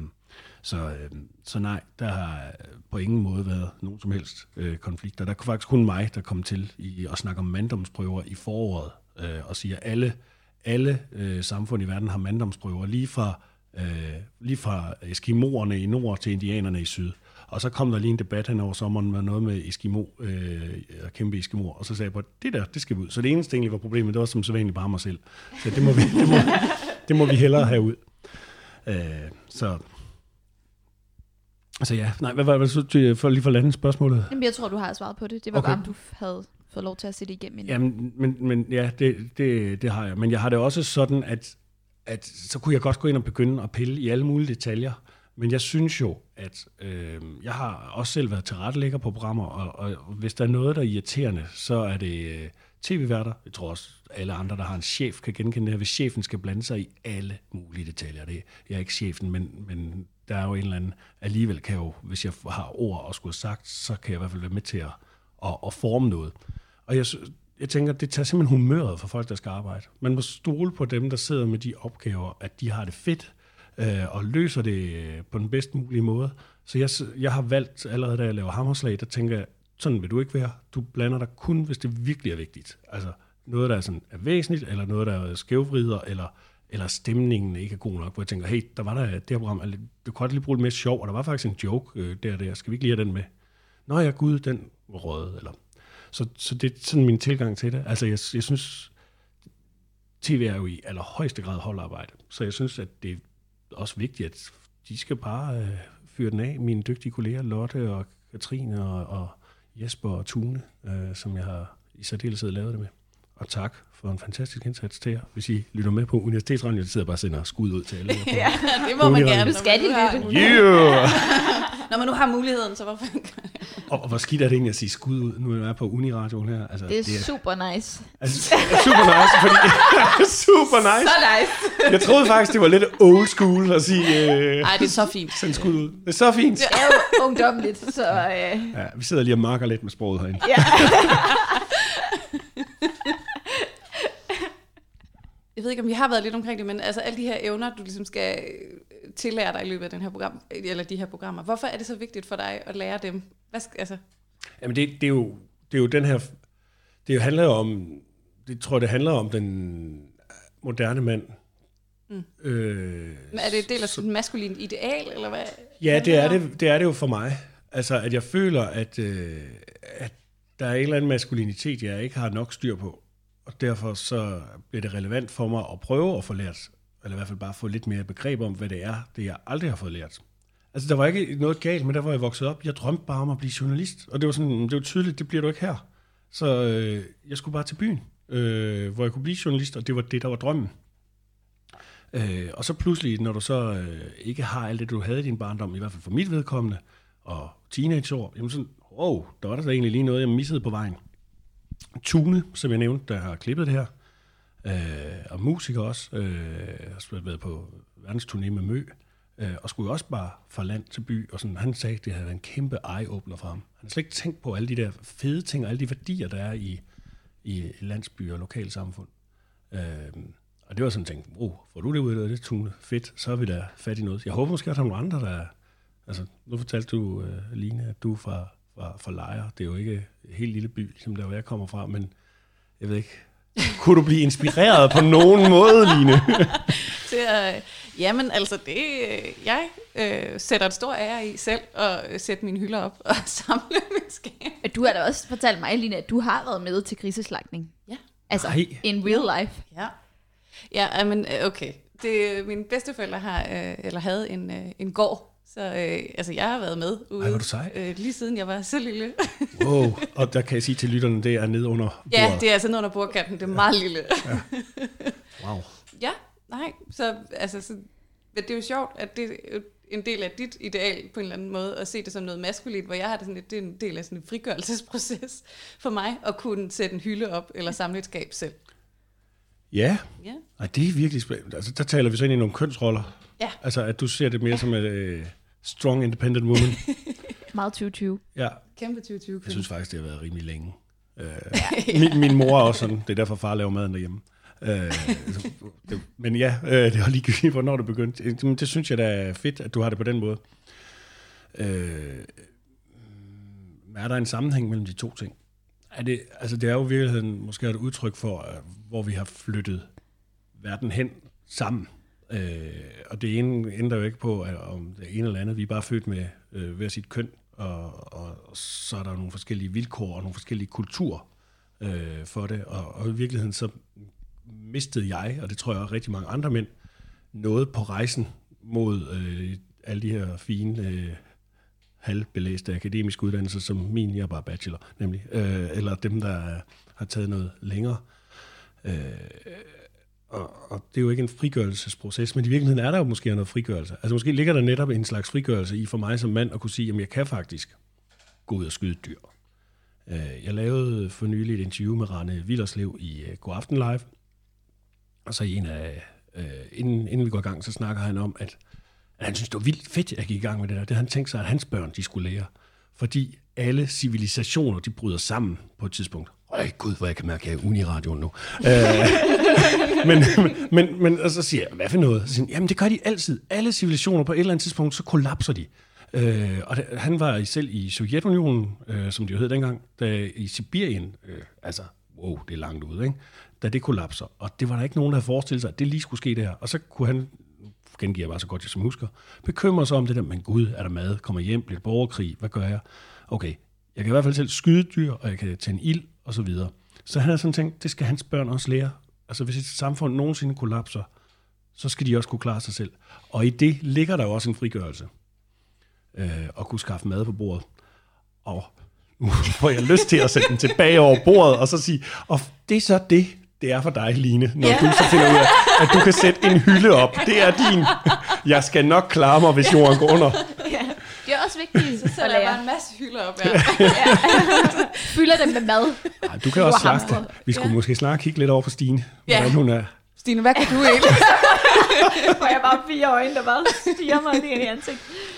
Så nej, der har på ingen måde været nogen som helst konflikter. Der er faktisk kun mig, der kom til at snakke om manddomsprøver i foråret, og siger, at alle samfund i verden har manddomsprøver, lige fra eskimoerne i nord til indianerne i syd. Og så kom der lige en debat hen over sommeren med noget med eskimo, kæmpe eskimoer, og så sagde jeg på, det skal vi ud. Så det eneste egentlig var problemet, det var som sædvanligt bare mig selv. Så det må vi hellere have ud. Så ja, nej, hvad var det så for lige for landet spørgsmålet? Jamen, jeg tror, du har svaret på det. Det var okay. Bare, om du havde fået lov til at se det igennem. Jamen, men ja, det har jeg. Men jeg har det også sådan, at så kunne jeg godt gå ind og begynde at pille i alle mulige detaljer. Men jeg synes jo, at jeg har også selv været tilrettelægger på programmer, og hvis der er noget, der er irriterende, så er det tv-værter. Jeg tror også, alle andre, der har en chef, kan genkende det her, hvis chefen skal blande sig i alle mulige detaljer. Jeg er ikke chefen, men der er jo en eller anden, alligevel kan jeg jo, hvis jeg har ord og skulle have sagt, så kan jeg i hvert fald være med til at forme noget. Og jeg tænker, det tager simpelthen humøret for folk, der skal arbejde. Man må stole på dem, der sidder med de opgaver, at de har det fedt, og løser det på den bedst mulige måde. Så jeg har valgt, allerede da jeg laver hammerslag, der tænker jeg, sådan vil du ikke være. Du blander dig kun, hvis det virkelig er vigtigt. Altså noget, der er væsentligt, eller noget, der er skævvrider, eller stemningen ikke er god nok, hvor jeg tænker, hey, der var der det her program, du kunne godt lige bruge det mere sjov, og der var faktisk en joke der. Skal vi ikke lige have den med? Nå ja, gud, den var rød. Eller. Så det er sådan min tilgang til det. Altså jeg synes, tv er jo i allerhøjeste grad holdarbejde. Så jeg synes, at det er også vigtigt, at de skal bare fyre den af. Mine dygtige kolleger, Lotte og Katrine og Jesper og Tune, som jeg har i særdeleshed lavet det med. og tak for en fantastisk indsats til jer. Hvis I lytter med på Universitetsradioen, jeg sidder bare og sender skud ud til alle. Ja, det må man gerne. Nu skal de lytte. Yeah! Når man nu har muligheden, så hvorfor ikke? Og hvor skidt er det egentlig at sige skud ud, nu er jeg på Uniradioen her? Altså, Det er super nice. Altså, super nice, fordi... super nice. Så nice. Jeg troede faktisk, det var lidt old school at sige... Nej, det er så fint. Send skud ud. Det er så fint. Det er jo ungdomligt, så... Ja, vi sidder lige og marker lidt med sproget herinde. Ja. Jeg ved ikke, om vi har været lidt omkring det, men altså alle de her evner, du ligesom skal tillære dig i løbet af den her program, eller de her programmer. Hvorfor er det så vigtigt for dig at lære dem? Jamen det er jo den her... Det handler jo om... Jeg tror, det handler om den moderne mand. Men er det en del af sådan et maskulint ideal, eller hvad? Ja, det er det jo for mig. Altså, at jeg føler, at der er en eller anden maskulinitet, jeg ikke har nok styr på. Og derfor så bliver det relevant for mig at prøve at få lært, eller i hvert fald bare få lidt mere begreb om, hvad det er, det jeg aldrig har fået lært. Altså, der var ikke noget galt med der, hvor jeg voksede op. Jeg drømte bare om at blive journalist, og det var tydeligt, det bliver du ikke her. Så jeg skulle bare til byen, hvor jeg kunne blive journalist, og det var det, der var drømmen. Og så pludselig, når du så ikke har alt det, du havde i din barndom, i hvert fald for mit vedkommende, og teenageår, jamen sådan, der var der egentlig lige noget, jeg missede på vejen. Tune, som jeg nævnte, der har klippet det her, og musiker også, har været på verdensturné med Mø, og skulle også bare fra land til by, og sådan, han sagde, at det havde været en kæmpe eye-opener for ham. Han har slet ikke tænkt på alle de der fede ting, og alle de værdier, der er i landsbyer og lokalsamfund. Og det var sådan en ting, får du det ud af det, Tune? Fedt, så er vi da fat i noget. Jeg håber måske, at der er nogle andre, der... Altså, nu fortalte du, Line, at du er fra Lejre. Det er jo ikke en helt lille by, ligesom der, hvor jeg kommer fra, men jeg ved ikke... Kunne du blive inspireret på nogen måde, Line? Jamen, altså, jeg sætter et stor ære i selv at sætte mine hylder op og samle min skab. Du har da også fortalt mig, Line, at du har været med til griseslagtning. Ja. Altså, in real life. Ja, men okay. Mine bedsteforældre havde en gård, så altså, jeg har været med ude. Ej, hvor du sej. Lige siden jeg var så lille. Wow, og der kan jeg sige til lytterne, det er nede under bordet. Ja, det er altså nede under bordkanten, det er meget lille. Ja. Wow. Ja, nej, så det er jo sjovt, at det er en del af dit ideal på en eller anden måde, at se det som noget maskulint, hvor jeg har det sådan lidt, det er en del af sådan en frigørelsesproces for mig, at kunne sætte en hylde op, eller samle et skab selv. Ja. Ej, det er virkelig spændende. Altså, der taler vi så ind i nogle kønsroller. Ja. Altså, at du ser det mere som et strong, independent woman. Meget 2020. Ja. Kæmpe 2020. Jeg synes faktisk, det har været rimelig længe. Min mor er også sådan. Det er derfor, far laver maden derhjemme. Men ja, det var ligegyldigt, hvornår det begyndte. Det synes jeg, da er fedt, at du har det på den måde. Er der en sammenhæng mellem de to ting? Det er jo i virkeligheden måske et udtryk for, hvor vi har flyttet verden hen sammen. Og det ene ændrer jo ikke på, om det ene eller andet. Vi er bare født med hver sit køn, og så er der nogle forskellige vilkår og nogle forskellige kulturer for det. Og i virkeligheden så mistede jeg, og det tror jeg også rigtig mange andre mænd, noget på rejsen mod alle de her fine halvbelæste akademiske uddannelser, som min, jeg er bare bachelor, nemlig, eller dem, der har taget noget længere. Og det er jo ikke en frigørelsesproces, men i virkeligheden er der jo måske noget frigørelse. Altså måske ligger der netop en slags frigørelse i for mig som mand at kunne sige, at jeg kan faktisk gå ud og skyde dyr. Jeg lavede for nylig et interview med Rane Willerslev i God Aften Live, og så inden vi går i gang, så snakker han om, at han synes, det var vildt fedt, at jeg gik i gang med det der. Det han tænkte sig, at hans børn, de skulle lære. Fordi alle civilisationer, de bryder sammen på et tidspunkt. Gud, hvor jeg kan mærke, at jeg er Uniradioen nu. Men og så siger jeg, hvad for noget? Så siger, jamen, det gør de altid. Alle civilisationer på et eller andet tidspunkt, så kollapser de. Og han var selv i Sovjetunionen, som det jo hed dengang, i Sibirien, det er langt ude, ikke? Da det kollapser. Og det var der ikke nogen, der havde forestillet sig, at det lige skulle ske der. Og så kunne han, gengiver bare så godt, jeg som husker, bekymre sig om det der, men Gud, er der mad, kommer hjem, bliver det borgerkrig, hvad gør jeg? Okay, jeg kan i hvert fald selv skyde dyr, og jeg kan tænde ild, og så videre. Så han har sådan tænkt, det skal hans børn også lære. Altså hvis et samfund nogensinde kollapser, så skal de også kunne klare sig selv. Og i det ligger der jo også en frigørelse. At kunne skaffe mad på bordet. Og nu får jeg lyst til at sætte den tilbage over bordet, og så sige, og det er så det, det er for dig, Line, når du så finder ud af, at du kan sætte en hylde op. Det er din. Jeg skal nok klare mig, hvis jorden går under. Ja. Det er også vigtigt Så sætter jeg bare en masse hylder op her. Fylder dem med mad. Ja, du kan også slagte. Vi skulle måske snart kigge lidt over på Stine, hvordan hun er. Stine, hvad kan du egentlig? Hvor jeg bare 4 øjne, der bare stiger mig lige ind i ansigt.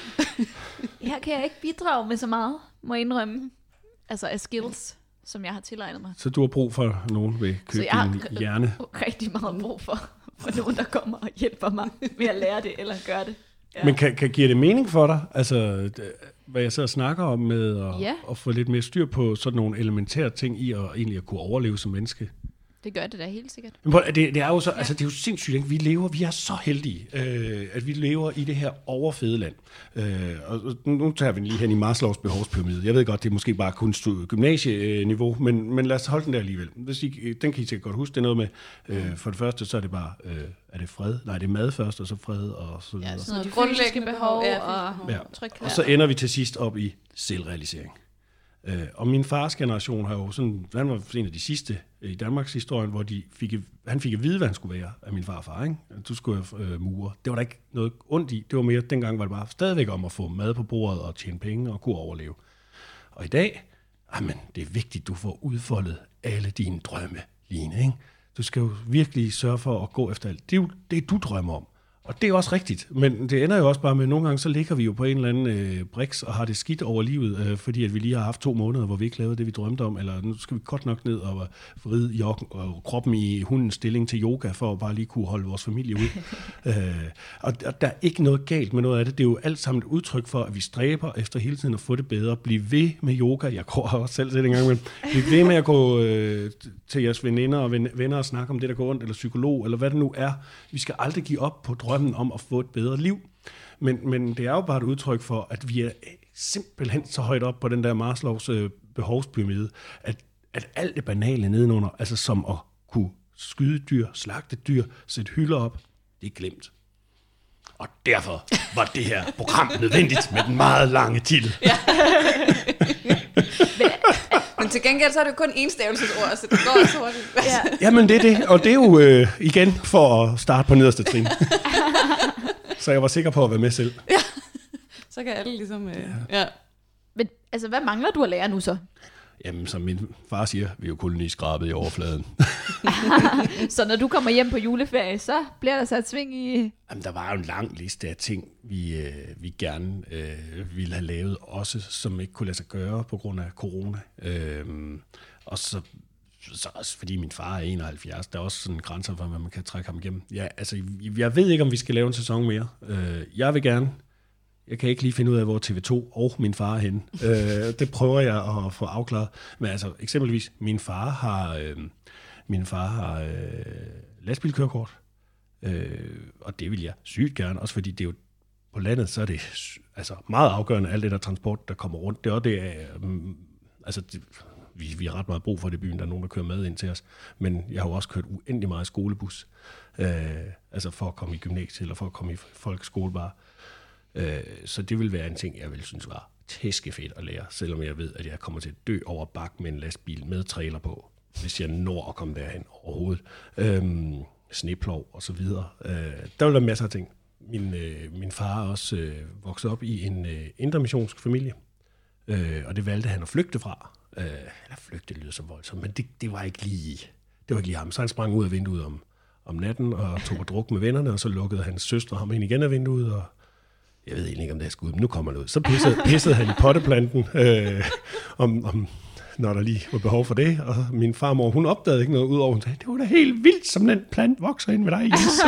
Her kan jeg ikke bidrage med så meget, må jeg indrømme. Altså af skills, som jeg har tilegnet mig. Så du har brug for nogen ved købe din hjerne? Rigtig meget brug for nogen, der kommer og hjælper mig med at lære det, eller gøre det. Ja. Men kan give det mening for dig? Altså, hvad jeg sidder og snakker om med at få lidt mere styr på sådan nogle elementære ting i, og egentlig at kunne overleve som menneske? Det gør det da helt sikkert. Men det er jo så, altså det er jo sindssygt, ikke? Vi er så heldige, at vi lever i det her overfede land. Og nu tager vi lige hen i Maslows behovspyramide. Jeg ved godt, det er måske bare kun gymnasieniveau, men lad os holde den der alligevel. Den kan I sikkert godt huske. Det er noget med, for det første, så er det bare, er det fred? Nej, det er mad først, og så fred, og så videre. Ja, sådan noget grundlæggende behov og tryghed. Og så ender vi til sidst op i selvrealisering. Og min fars generation har jo sådan, han var en af de sidste i Danmarks historie, hvor han fik at vide, hvad han skulle være af min farfar, ikke? Du skulle være murer. Det var der ikke noget ondt i. Det var mere, dengang var det bare stadigvæk om at få mad på bordet og tjene penge og kunne overleve. Og i dag, det er vigtigt, du får udfoldet alle dine drømme, Line, ikke? Du skal jo virkelig sørge for at gå efter alt. Det er jo det, du drømmer om. Og det er også rigtigt, men det ender jo også bare med, at nogle gange så ligger vi jo på en eller anden briks og har det skidt over livet, fordi at vi lige har haft 2 måneder, hvor vi ikke lavede det, vi drømte om, eller nu skal vi godt nok ned og vride kroppen i hundens stilling til yoga, for at bare lige kunne holde vores familie ud. Og der er ikke noget galt med noget af det. Det er jo alt sammen et udtryk for, at vi stræber efter hele tiden at få det bedre. Bliv ved med yoga. Jeg går også selv til det en gang, men bliv ved med at gå til jeres veninder og venner og snakke om det, der går ondt, eller psykolog, eller hvad det nu er. Vi skal aldrig give op på drømmen om at få et bedre liv. Men det er jo bare et udtryk for, at vi er simpelthen så højt op på den der Maslows behovspyramide, at alt det banale nedenunder, altså som at kunne skyde dyr, slagte dyr, sætte hylder op, det er glemt. Og derfor var det her program nødvendigt med den meget lange titel. Ja. Men til gengæld så er det jo kun enstavelsesord, så det går også hurtigt. Ja. Jamen det er det, og det er jo igen for at starte på nederste trin. Så jeg var sikker på at være med selv. Ja, så kan alle ligesom... Ja. Men altså, hvad mangler du at lære nu så? Jamen, som min far siger, vi er jo kun lige skrabet i overfladen. Så når du kommer hjem på juleferie, så bliver der sat sving i... Jamen, der var jo en lang liste af ting, vi gerne ville have lavet, også som ikke kunne lade sig gøre på grund af corona. Og så også fordi min far er 71, der er også sådan grænser for, hvad man kan trække ham igennem. Ja, altså, jeg ved ikke, om vi skal lave en sæson mere. Jeg vil gerne. Jeg kan ikke lige finde ud af, hvor TV2 og min far er henne. Det prøver jeg at få afklaret. Men altså, eksempelvis, min far har lastbilkørekort. Og det vil jeg sygt gerne, også fordi det er jo på landet, så er det altså meget afgørende, alt det der transport, der kommer rundt. Det er også det, vi har ret meget brug for det i byen, der er nogen, der kører mad ind til os. Men jeg har jo også kørt uendelig meget skolebus, altså for at komme i gymnasiet, eller for at komme i folkeskole bare. Så det vil være en ting, jeg vil synes var tæskefedt at lære, selvom jeg ved, at jeg kommer til at dø over bak med en lastbil med trailer på, hvis jeg når at komme derhen overhovedet. Sneplov og så videre. Der vil være masser af ting. Min far er også vokset op i en indremissionsk familie, og det valgte han at flygte fra. Eller flygte lyder så voldsomt, men det var ikke lige ham. Så han sprang ud af vinduet om natten og tog og druk med vennerne, og så lukkede hans søstre ham ind igen af vinduet, og jeg ved egentlig ikke, om det er skudt, men nu kommer det ud. Så pissede han i potteplanten, når der lige var behov for det. Og min farmor, hun opdagede ikke noget, udover hun sagde, det var da helt vildt, som den plant vokser ind ved dig, Jens.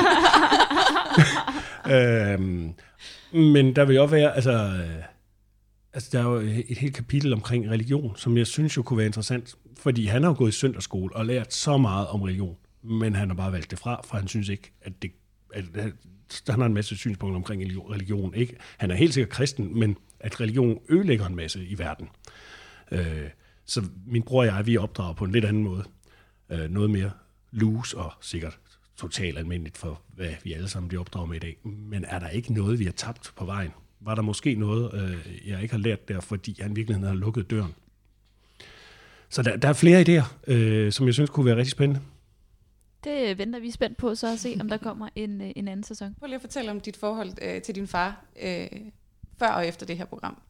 Men der vil jo også være, altså der er jo et helt kapitel omkring religion, som jeg synes jo kunne være interessant, fordi han har jo gået i søndagsskole og lært så meget om religion, men han har bare valgt det fra, for han synes ikke, at han har en masse synspunkter omkring religion. Ikke? Han er helt sikkert kristen, men at religion ødelægger en masse i verden. Så min bror og jeg, vi opdrager på en lidt anden måde. Noget mere loose og sikkert totalt almindeligt for, hvad vi alle sammen bliver opdraget med i dag. Men er der ikke noget, vi har tabt på vejen? Var der måske noget, jeg ikke har lært der, fordi han virkelig har lukket døren? Så der er flere idéer, som jeg synes kunne være rigtig spændende. Det venter vi spændt på, så at se, om der kommer en anden sæson. Prøv lige at fortælle om dit forhold til din far, før og efter det her program.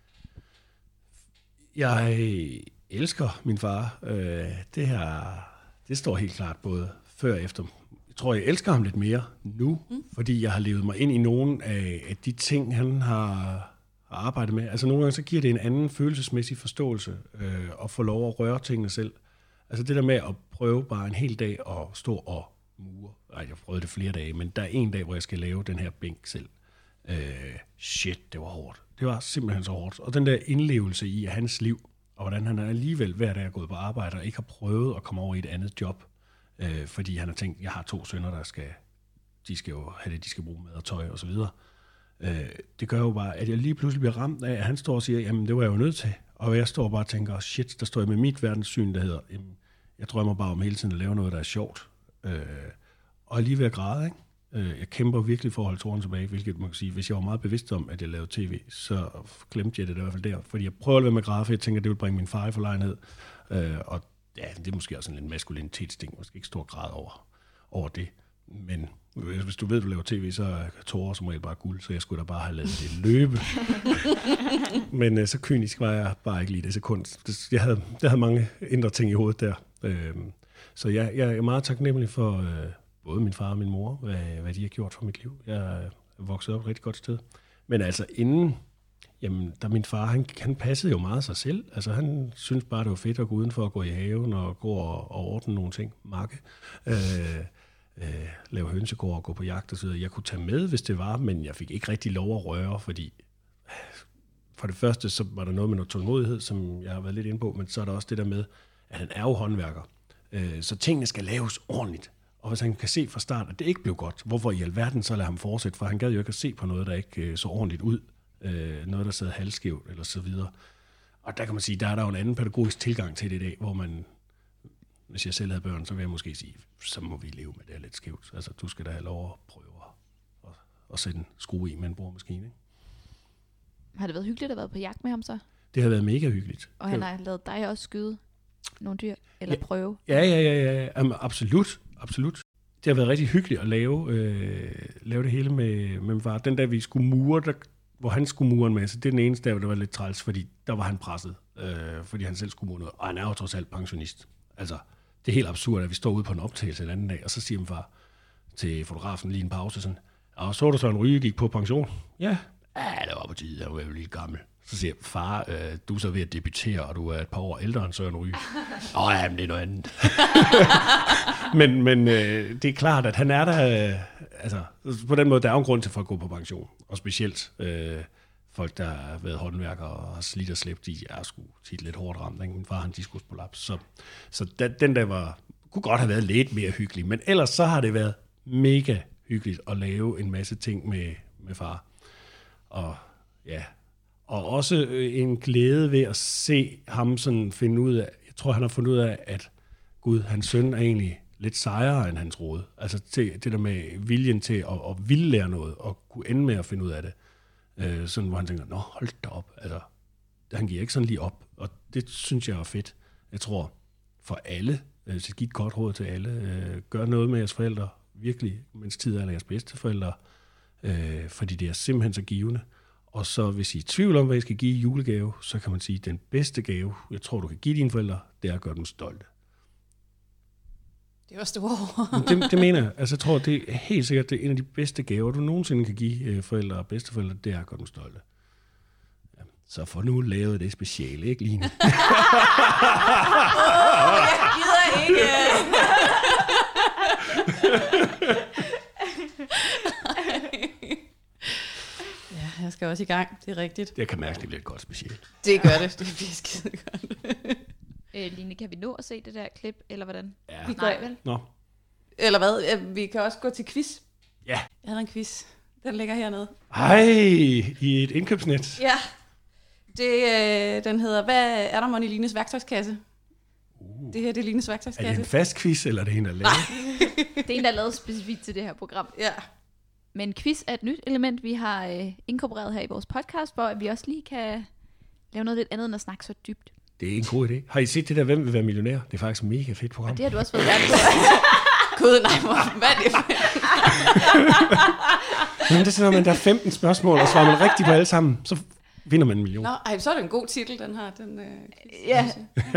Jeg elsker min far. Det står helt klart både før og efter. Jeg tror, jeg elsker ham lidt mere nu, fordi jeg har levet mig ind i nogle af de ting, han har arbejdet med. Altså nogle gange så giver det en anden følelsesmæssig forståelse at få lov at røre tingene selv. Altså det der med at prøve bare en hel dag at stå og mure. Ej, jeg prøvede det flere dage, men der er en dag, hvor jeg skal lave den her bænk selv. Shit, det var hårdt. Det var simpelthen så hårdt. Og den der indlevelse i hans liv, og hvordan han alligevel hver dag er gået på arbejde, og ikke har prøvet at komme over i et andet job, fordi han har tænkt, jeg har 2 sønner, de skal jo have det, de skal bruge mad og tøj og så videre. Det gør jo bare, at jeg lige pludselig bliver ramt af, at han står og siger, jamen det var jeg jo nødt til. Og jeg står bare og tænker, shit, der står jeg med mit verdenssyn, der hedder, jamen, jeg drømmer bare om hele tiden at lave noget, der er sjovt. Og er lige ved at græde, ikke? Jeg kæmper virkelig for at holde tårerne tilbage, hvilket man kan sige, hvis jeg var meget bevidst om, at jeg lavede tv, så glemte jeg det i hvert fald der. Fordi jeg prøver at være med at græde, for jeg tænker, at det vil bringe min far i forlegenhed. Og ja, det er måske også en lidt maskulinitetsting, måske ikke stor grad over det. Men hvis du ved, at du laver tv, så er tårer som regel bare guld, så jeg skulle da bare have lavet det løbe. Men så kynisk var jeg bare ikke lige det sekund. Jeg havde mange indre ting i hovedet der. Så jeg er meget taknemmelig for både min far og min mor, hvad de har gjort for mit liv. Jeg er vokset op et rigtig godt sted. Men altså inden, jamen, da min far, han passede jo meget sig selv. Altså han synes bare, det var fedt at gå udenfor og gå i haven og gå og ordne nogle ting. Makke. Lave hønsegård og gå på jagt og så videre. Jeg kunne tage med, hvis det var, men jeg fik ikke rigtig lov at røre, fordi for det første, så var der noget med noget tålmodighed, som jeg har været lidt inde på, men så er der også det der med, at han er jo håndværker. Så tingene skal laves ordentligt. Og hvis han kan se fra start, at det ikke blev godt, hvorfor i alverden så lader ham fortsætte? For han gad jo ikke at se på noget, der ikke så ordentligt ud. Noget, der sad halvskævt eller så videre. Og der kan man sige, der er der jo en anden pædagogisk tilgang til det i dag, hvor man, hvis jeg selv havde børn, så vil jeg måske sige, så må vi leve med det her lidt skævt. Altså, du skal da have lov at prøve at sætte en skrue i med en boremaskine. Ikke? Har det været hyggeligt at være på jagt med ham så? Det har været mega hyggeligt. Og han har lavet dig også skyde nogle dyr, eller prøve? Ja. Jamen, absolut. Det har været rigtig hyggeligt at lave det hele med min far. Den dag vi skulle mure, hvor han skulle mure en masse, det er den eneste dag, der var lidt træls, fordi der var han presset, fordi han selv skulle mure noget. Og han er jo trods alt pensionist. Altså, det er helt absurd, at vi står ude på en optagelse en anden dag, og så siger min far til fotografen lige en pause sådan, og så du så en Ryge gik på pension? Ja, det var på tide, jeg var jo lidt gammel. Så siger jeg, far, du er så ved at debutere, og du er et par år ældre end Søren Ryge. Ja, men det er noget andet. men det er klart, at han er der, altså på den måde, der er jo en grund til for at gå på pension. Og specielt folk, der har været håndværkere og har slidt og slæbt, de er sgu tit lidt hårdt ramt. Ikke? Min far har en diskusprolaps, så den der kunne godt have været lidt mere hyggelig. Men ellers så har det været mega hyggeligt at lave en masse ting med far. Og ja, og også en glæde ved at se ham sådan finde ud af, jeg tror han har fundet ud af, at Gud, hans søn er egentlig lidt sejere, end han troede. Altså det der med viljen til at ville lære noget, og kunne ende med at finde ud af det. Sådan hvor han tænker, hold da op. Altså, han giver ikke sådan lige op, og det synes jeg er fedt. Jeg tror for alle, så giv et godt råd til alle, gør noget med jeres forældre, virkelig, mens tid er jeres bedste forældre, fordi det er simpelthen så givende. Og så hvis I er i tvivl om, hvad I skal give i julegave, så kan man sige, at den bedste gave, jeg tror, du kan give dine forældre, det er at gøre dem stolte. Det var store. det mener jeg. Altså, jeg tror, det er helt sikkert, det er en af de bedste gaver, du nogensinde kan give forældre og bedsteforældre, det er at gøre dem stolte. Ja, så for nu lavet det speciale, ikke Line? Jeg gider ikke. Ja, jeg skal også i gang, det er rigtigt. Jeg kan mærke, det bliver et godt speciale. Det gør det bliver skide godt. Line, kan vi nå at se det der klip, eller hvordan? Ja. Vi gør vel? Nå. Eller hvad? Vi kan også gå til quiz. Ja. Jeg havde en quiz. Den ligger hernede. Hej, i et indkøbsnet. Ja. Den hedder, hvad er der mon i Lines værktøjskasse? Det her, det er Lines værktøjskasse. Er det en fast quiz, eller er det en, der er lavet? Det er en, der er lavet specifikt til det her program. Ja. Men quiz er et nyt element, vi har inkorporeret her i vores podcast, hvor vi også lige kan lave noget lidt andet, end at snakke så dybt. Det er en god idé. Har I set det der, Hvem vil være millionær? Det er faktisk et mega fedt program. Og det har du også fået værd på. Gud, nej, hvad er det for? Men det er sådan, at man der er 15 spørgsmål, og svarer man rigtigt på alle sammen, så vinder man 1 million. Nå, så er det en god titel, den her. Den, Ja.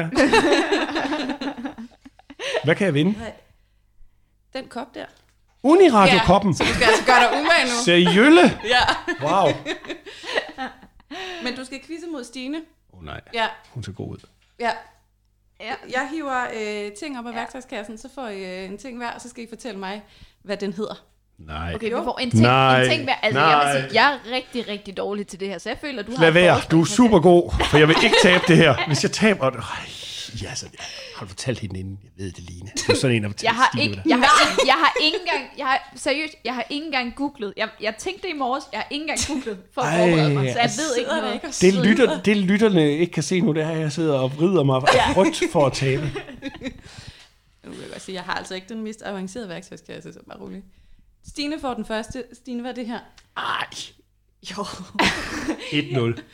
Hvad kan jeg vinde? Den kop der. Uniradiokoppen. Så du skal altså gøre dig umage nu. Seriølle? Ja. Wow. Men du skal quizze mod Stine. Nej, Ja. hun ser god ud. Ja. Jeg hiver ting op af værktøjskassen, så får I en ting hver, og så skal I fortælle mig, hvad den hedder. Nej. Okay, vi får en ting hver. Altså, jeg vil sige, jeg er rigtig, rigtig dårlig til det her, så jeg føler, du har... Lad være, du er super god, for jeg vil ikke tabe det her. Hvis jeg taber... har du fortalt hende inden? Jeg ved det, Line. Du er sådan en, der fortæller Stine. Jeg har ikke engang googlet. Jeg tænkte det i morges, jeg har ikke engang googlet for at forberede mig, så jeg ved ikke noget. Det lytterne ikke kan se nu, det er, at jeg sidder og vrider mig rødt for at tabe. Nu vil jeg godt sige, jeg har altså ikke den mest avancerede værktøjskasse, så bare roligt. Stine får den første. Stine, hvad er det her? Ej. Jo. 1-0.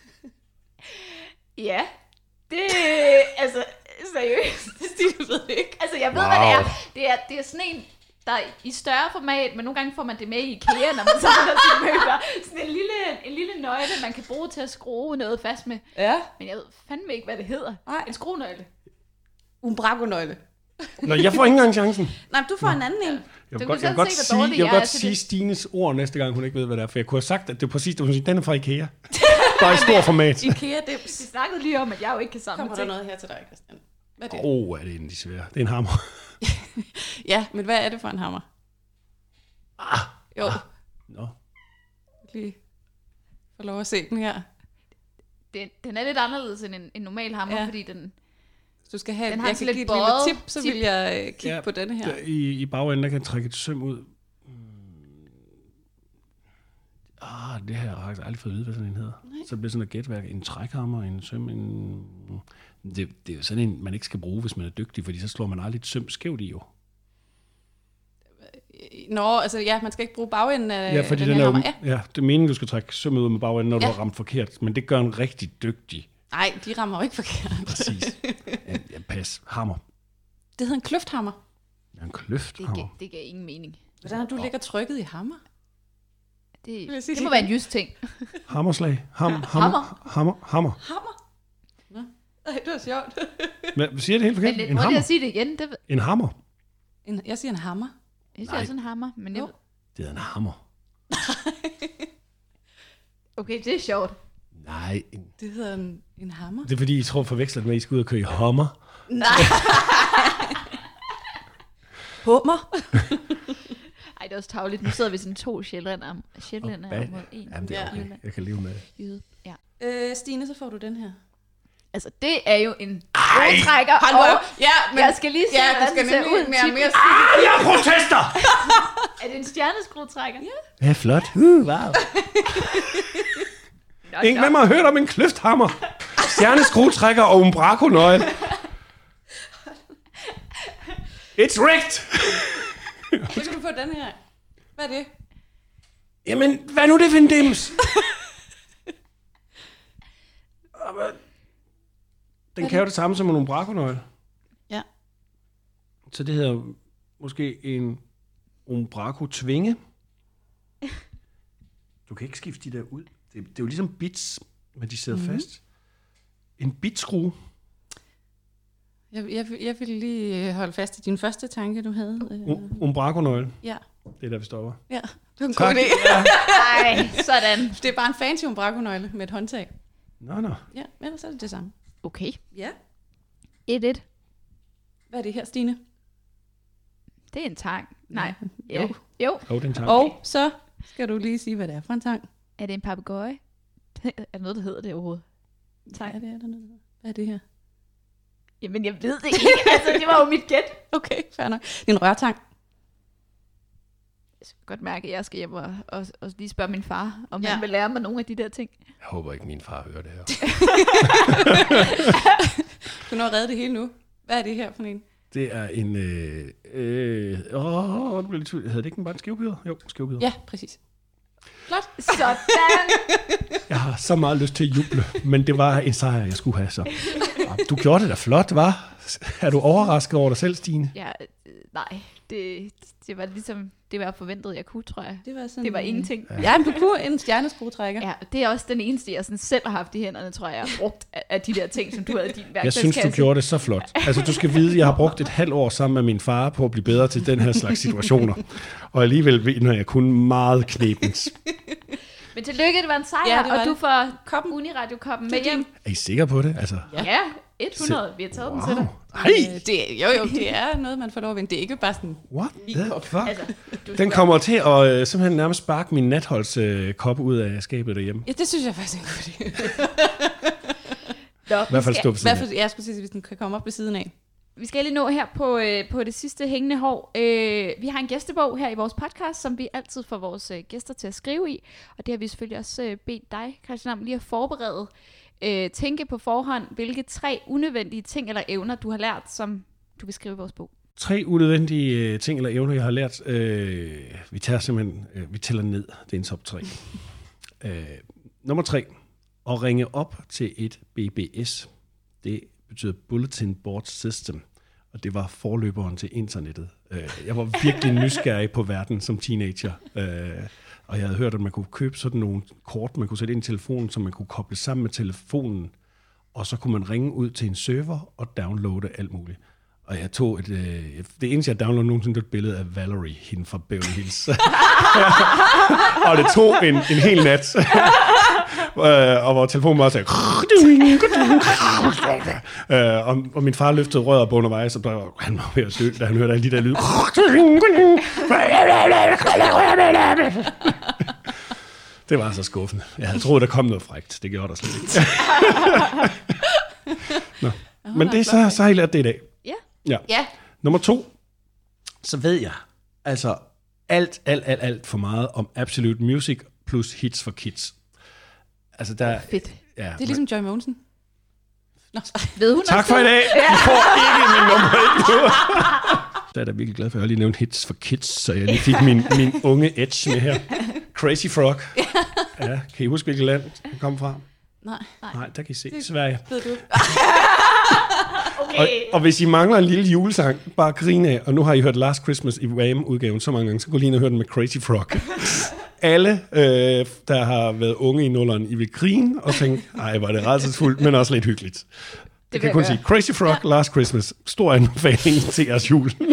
Ja. Det altså, seriøst. Stine ved det ikke. Altså, jeg ved, hvad det er. Det er sådan en, der er i større format, men nogle gange får man det med i IKEA, når man samler sine møbler. Sådan en lille nøgle, man kan bruge til at skrue noget fast med. Ja. Men jeg ved fandme ikke, hvad det hedder. Nej. En skruenøgle. Umbraco-nøgle. Nå, jeg får ikke engang chancen. Nej, du får en anden en. Jeg vil godt sige Stines ord næste gang, hun ikke ved, hvad det er. For jeg kunne have sagt, at det er præcis det, hun siger. Den er fra IKEA. Bare i stor format. IKEA-dims. Vi snakkede lige om, at jeg jo ikke kan samle ting. Kommer der noget her til dig, Christian? Hvad er det? Er det en af de svære? Det er en hammer. Ja, men hvad er det for en hammer? Jo. Nå. Lige få lov at se den her. Den er lidt anderledes end en normal hammer, fordi den... Du skal have, den har jeg kan give et lille tip, så vil jeg kigge på denne her. I bagenden, der kan jeg trække et søm ud. Det her har jeg faktisk aldrig fået at vide, hvad sådan en hedder. Nej. Så det bliver sådan et gætværk. En trækhammer, en søm, Det er jo sådan en, man ikke skal bruge, hvis man er dygtig, fordi så slår man aldrig et søm skævt i, jo. Nå, altså ja, man skal ikke bruge bagenden af ja, fordi den her hammer. Ja, det er meningen, du skal trække sømmet ud med bagenden, når du har ramt forkert. Men det gør en rigtig dygtig. Nej, de rammer jo ikke forkert. Præcis. Ja, pas. Hammer. Det hedder en kløfthammer. Ja, en kløfthammer. Det gav ingen mening. Hvordan har du ligger trykket i hammer? Det må være en jysk ting. Hammerslag. Hammer. Hammer? Nå. Ej, det var sjovt. Hvad siger det helt forkert? Men prøv lige at sige det igen. En hammer. Jeg siger en hammer. Jeg siger også en hammer, men jeg... Det er en hammer. Okay, det er sjovt. Nej. Det hedder en hammer. Det er fordi, I tror forveksler det med, at I skal ud og køre i hummer. Nej. Hummer. Ej, det er også tarveligt. Nu sidder vi sådan 2 sjællænder mod en. Jamen, det er okay. Jeg kan leve med det. Jyde. Ja. Stine, så får du den her. Altså, det er jo en skruetrækker, og jeg skal lige se, hvordan det ser ud. Mere jeg protester! Er det en stjerneskruetrækker? Ja. Ja, flot. Wow. Ingen med mig har hørt om en kløfthammer. Stjerneskruetrækker og umbraco-nøgle. It's rigged! Så kan du få den her. Hvad er det? Jamen, hvad nu det for en dims? Den kan jo det samme som en umbraco-nøgle. Ja. Så det hedder måske en umbraco-tvinge. Du kan ikke skifte de der ud. Det er jo ligesom bits, men de sidder fast. En bitskrue. Jeg vil lige holde fast i din første tanke, du havde. Umbraco-nøgle. Ja. Det er der, vi stopper. Ja, det var en god idé. Ej, sådan. Det er bare en fancy umbraco-nøgle med et håndtag. Nå. Ja, men så er det det samme. Okay. Ja. 1-1. Hvad er det her, Stine? Det er en tang. Nej. Jo. Det er en tang. Og så skal du lige sige, hvad det er for en tang. Er det en papegøje? Er det noget, der hedder det overhovedet? Tang. Ja, det er der noget. Hvad er det her? Jamen, jeg ved det ikke. Altså, det var jo mit gæt. Okay, fair nok. Det er en rørtang. Jeg skal godt mærke, at jeg skal hjem og lige spørge min far, om han vil lære mig nogle af de der ting. Jeg håber ikke, min far hører det her. Du når at redde det hele nu. Hvad er det her for en? Det er en... det blev lidt tvivl. Havde det ikke bare en skivbider? Jo, skivbider. Ja, præcis. Flot. Sådan. Jeg har så meget lyst til at juble, men det var en sejr, jeg skulle have så. Du gjorde det da flot, hva'? Er du overrasket over dig selv, Stine? Ja, nej. det var ligesom, det var forventet, jeg kunne, tror jeg. Det var ingenting. Ja, men du kunne en stjerneskruetrækker. Ja, det er også den eneste, jeg sådan selv har haft i hænderne, tror jeg, brugt af de der ting, som du havde i din værktøjskasse. Jeg synes, du gjorde det så flot. Altså, du skal vide, jeg har brugt et halvt år sammen med min far på at blive bedre til den her slags situationer. Og alligevel vinder jeg kun meget knebens. Men tillykke, det var en sejr, og du får Uniradio-koppen med hjem. Er I sikre på det? Altså. Ja, 100. Vi har taget den til dig. Hej! Det er noget, man får lov at vinde. Det er ikke bare sådan what the fuck? Altså, den kommer til at simpelthen nærmest sparke min natholdskop ud af skabet derhjemme. Ja, det synes jeg faktisk er en god idé. I hvert fald stå på siden af. Jeg skulle sige, hvis den kan komme op ved siden af. Vi skal lige nå her på det sidste hængende hår. Vi har en gæstebog her i vores podcast, som vi altid får vores gæster til at skrive i. Og det har vi selvfølgelig også bedt dig, Christian, om lige at forberede. Tænke på forhånd, hvilke 3 unødvendige ting eller evner, du har lært, som du vil skrive i vores bog. 3 unødvendige ting eller evner, jeg har lært. Vi tager simpelthen, vi tæller ned. Det er en top 3. Nummer 3. At ringe op til et BBS. Det betyder Bulletin Board System. Og det var forløberen til internettet. Jeg var virkelig nysgerrig på verden som teenager. Og jeg havde hørt, at man kunne købe sådan nogle kort, man kunne sætte ind i telefonen, som man kunne koble sammen med telefonen. Og så kunne man ringe ud til en server og downloade alt muligt. Og jeg tog det eneste, jeg downloadede nogensinde, et billede af Valerie, hende fra Beverly Hills. Og det tog en hel nat. Og hvor telefonen bare sagde... og min far løftede røret på undervejs, og han var ved at søge, da han hørte alle de der lyde. Det var så skuffende. Jeg havde troet, der kom noget frækt. Det gjorde der slet ikke. Nå. Men det er så har I lært det i dag. Ja. Nummer 2. Så ved jeg altså alt for meget om Absolute Music plus Hits for Kids. Altså der fedt. Ja, det er ligesom Joy Mogensen. Ved hun tak for i dag. I får ikke min nummer 1 nu. Så er jeg da virkelig glad for, at jeg lige nævnte Hits for Kids, så jeg lige fik min unge edge med her. Crazy Frog. Ja, kan I huske, hvilket land den kom fra? Nej, der kan I se. Sverige. Ved du. Okay. Og hvis I mangler en lille julesang, bare grine af, og nu har I hørt Last Christmas i Wham-udgaven så mange gange, så gå lige ind og hør den med Crazy Frog. Alle, der har været unge i nulleren, I vil grine og tænke, ej, var det rædselsfuldt, men også lidt hyggeligt. Det kan jeg kun sige. Crazy Frog, Last Christmas. Stor anbefaling til jeres jul. Tak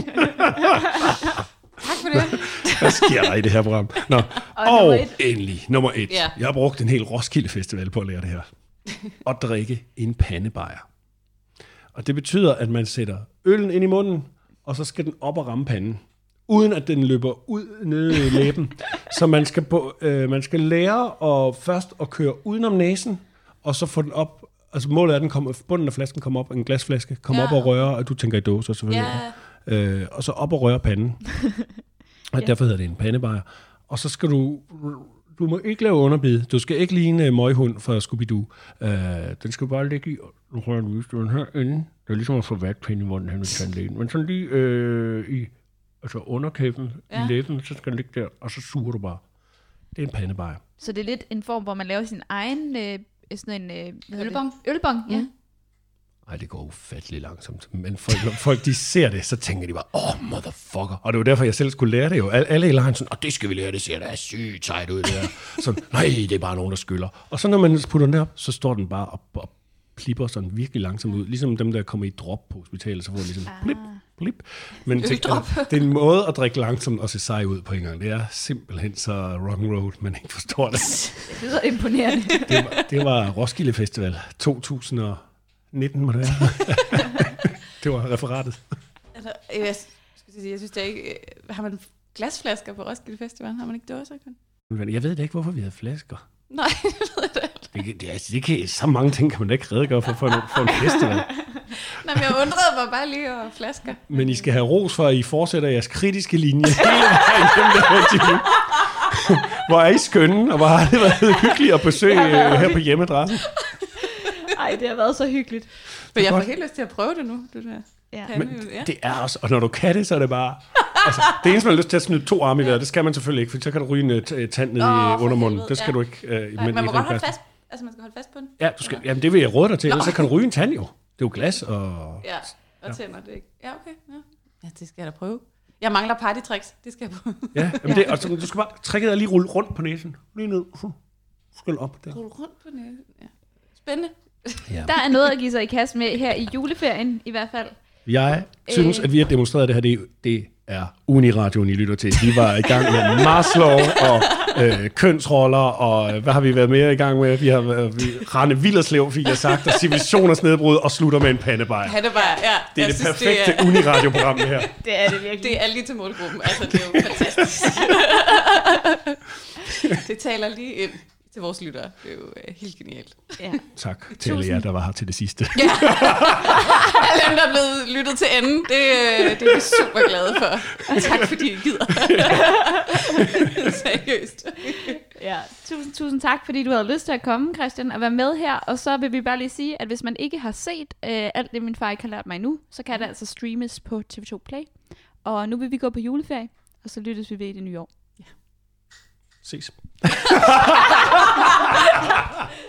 for det. Hvad sker der i det her program? Nå. Og endelig, nummer 1. Yeah. Jeg har brugt en hel Roskilde Festival på at lære det her. At drikke en pandebajer. Og det betyder, at man sætter øllen ind i munden, og så skal den op og ramme panden, uden at den løber ud nede i læben. Så man skal lære først at køre udenom næsen, og så få den op. Altså målet er, at bunden af flasken kommer op, en glasflaske kommer op og rører, og du tænker i dåser selvfølgelig. Og så op og røre panden. Og derfor hedder det en pandebajer. Og så skal du må ikke lave underbid. Du skal ikke ligne møghund fra Scooby-Doo. Den skal bare ligge i, nu rører du den her inde. Det er ligesom at få vatpind i munden hen med tandlægen. Men sådan lige i underkæben, i læben, så skal den ligge der, og så suger du bare. Det er en pandebajer. Så det er lidt en form, hvor man laver sin egen sådan en ølbong. Ølbong, ja. Ej, det går ufatteligt langsomt. Men folk de ser det, så tænker de bare, motherfucker. Og det var derfor, jeg selv skulle lære det jo. Alle i lejren sådan, det skal vi lære, det ser da sygt sejt ud, det der. Sådan, nej, det er bare nogen, der skylder. Og så når man putter den op, så står den bare og plipper sådan virkelig langsomt ud. Ligesom dem, der kommer i drop på hospitalet, så får de ligesom plip. Men det er en måde at drikke langsomt og se sej ud på en gang. Det er simpelthen så rock'n'roll, man ikke forstår det. Det er så imponerende. Det var Roskilde Festival 2019, må det være. Det var referatet. Altså, jeg synes det ikke... Har man glasflasker på Roskilde Festival? Har man ikke dåser? Jeg ved da ikke, hvorfor vi havde flasker. Nej, jeg ved det ikke. Så mange ting kan man da ikke redegøre for en festival. Nej, men jeg undrede mig bare lige over flasker. Men I skal have ros for, at I fortsætter jeres kritiske linje hele vejen gennem det her time. Hvor er I skønne, og hvor har det været hyggeligt at besøge her på hjemmeadressen. Ej, det har været så hyggeligt. Men jeg får helt lyst til at prøve det nu. Det der. Ja. Men det er også, og når du kan det, så er det bare... Altså, det eneste, man har lyst til at smide 2 arme i vejret, det skal man selvfølgelig ikke, for så kan du ryge en tand ned i undermunden. Det skal du ikke. Nej, man må godt holde fast. Altså, man skal holde fast på den. Ja, jamen det vil jeg råde dig til, ellers så kan du ryge en tand jo. Det er jo glas og... Ja, og tænder det ikke. Ja, okay. Ja, det skal jeg da prøve. Jeg mangler partytricks. Det skal jeg på. Ja, jamen det, altså, du skal bare tricket er lige rulle rundt på næsen. Lige ned. Skøl op der. Rulle rundt på næsen. Ja. Spændende. Ja. Der er noget at give sig i kast med her i juleferien, i hvert fald. Jeg synes, at vi har demonstreret det her. Det er Uniradioen, I lytter til. Vi var i gang med Maslow og kønsroller, og hvad har vi været mere i gang med? Vi har Rane Willerslev, fik jeg sagt, og civilisationers nedbrud, og slutter med en pandebajer. Pandebajer, ja. Det er det perfekte Uniradioprogram, det her. Det er det virkelig. Det er lige til målgruppen. Altså, det er jo fantastisk. Det taler lige ind til vores lyttere. Det er jo helt genialt. Ja. Tak til alle jer, der var her til det sidste. Ja. Alle dem, der er blevet lyttet til enden, det er vi super glade for. Tak fordi I gider. Seriøst. Ja. Tusind tak, fordi du havde lyst til at komme, Christian, og være med her. Og så vil vi bare lige sige, at hvis man ikke har set alt det, min far ikke har lært mig nu, så kan det altså streames på TV2 Play. Og nu vil vi gå på juleferie, og så lyttes vi ved i det nye år. Ses.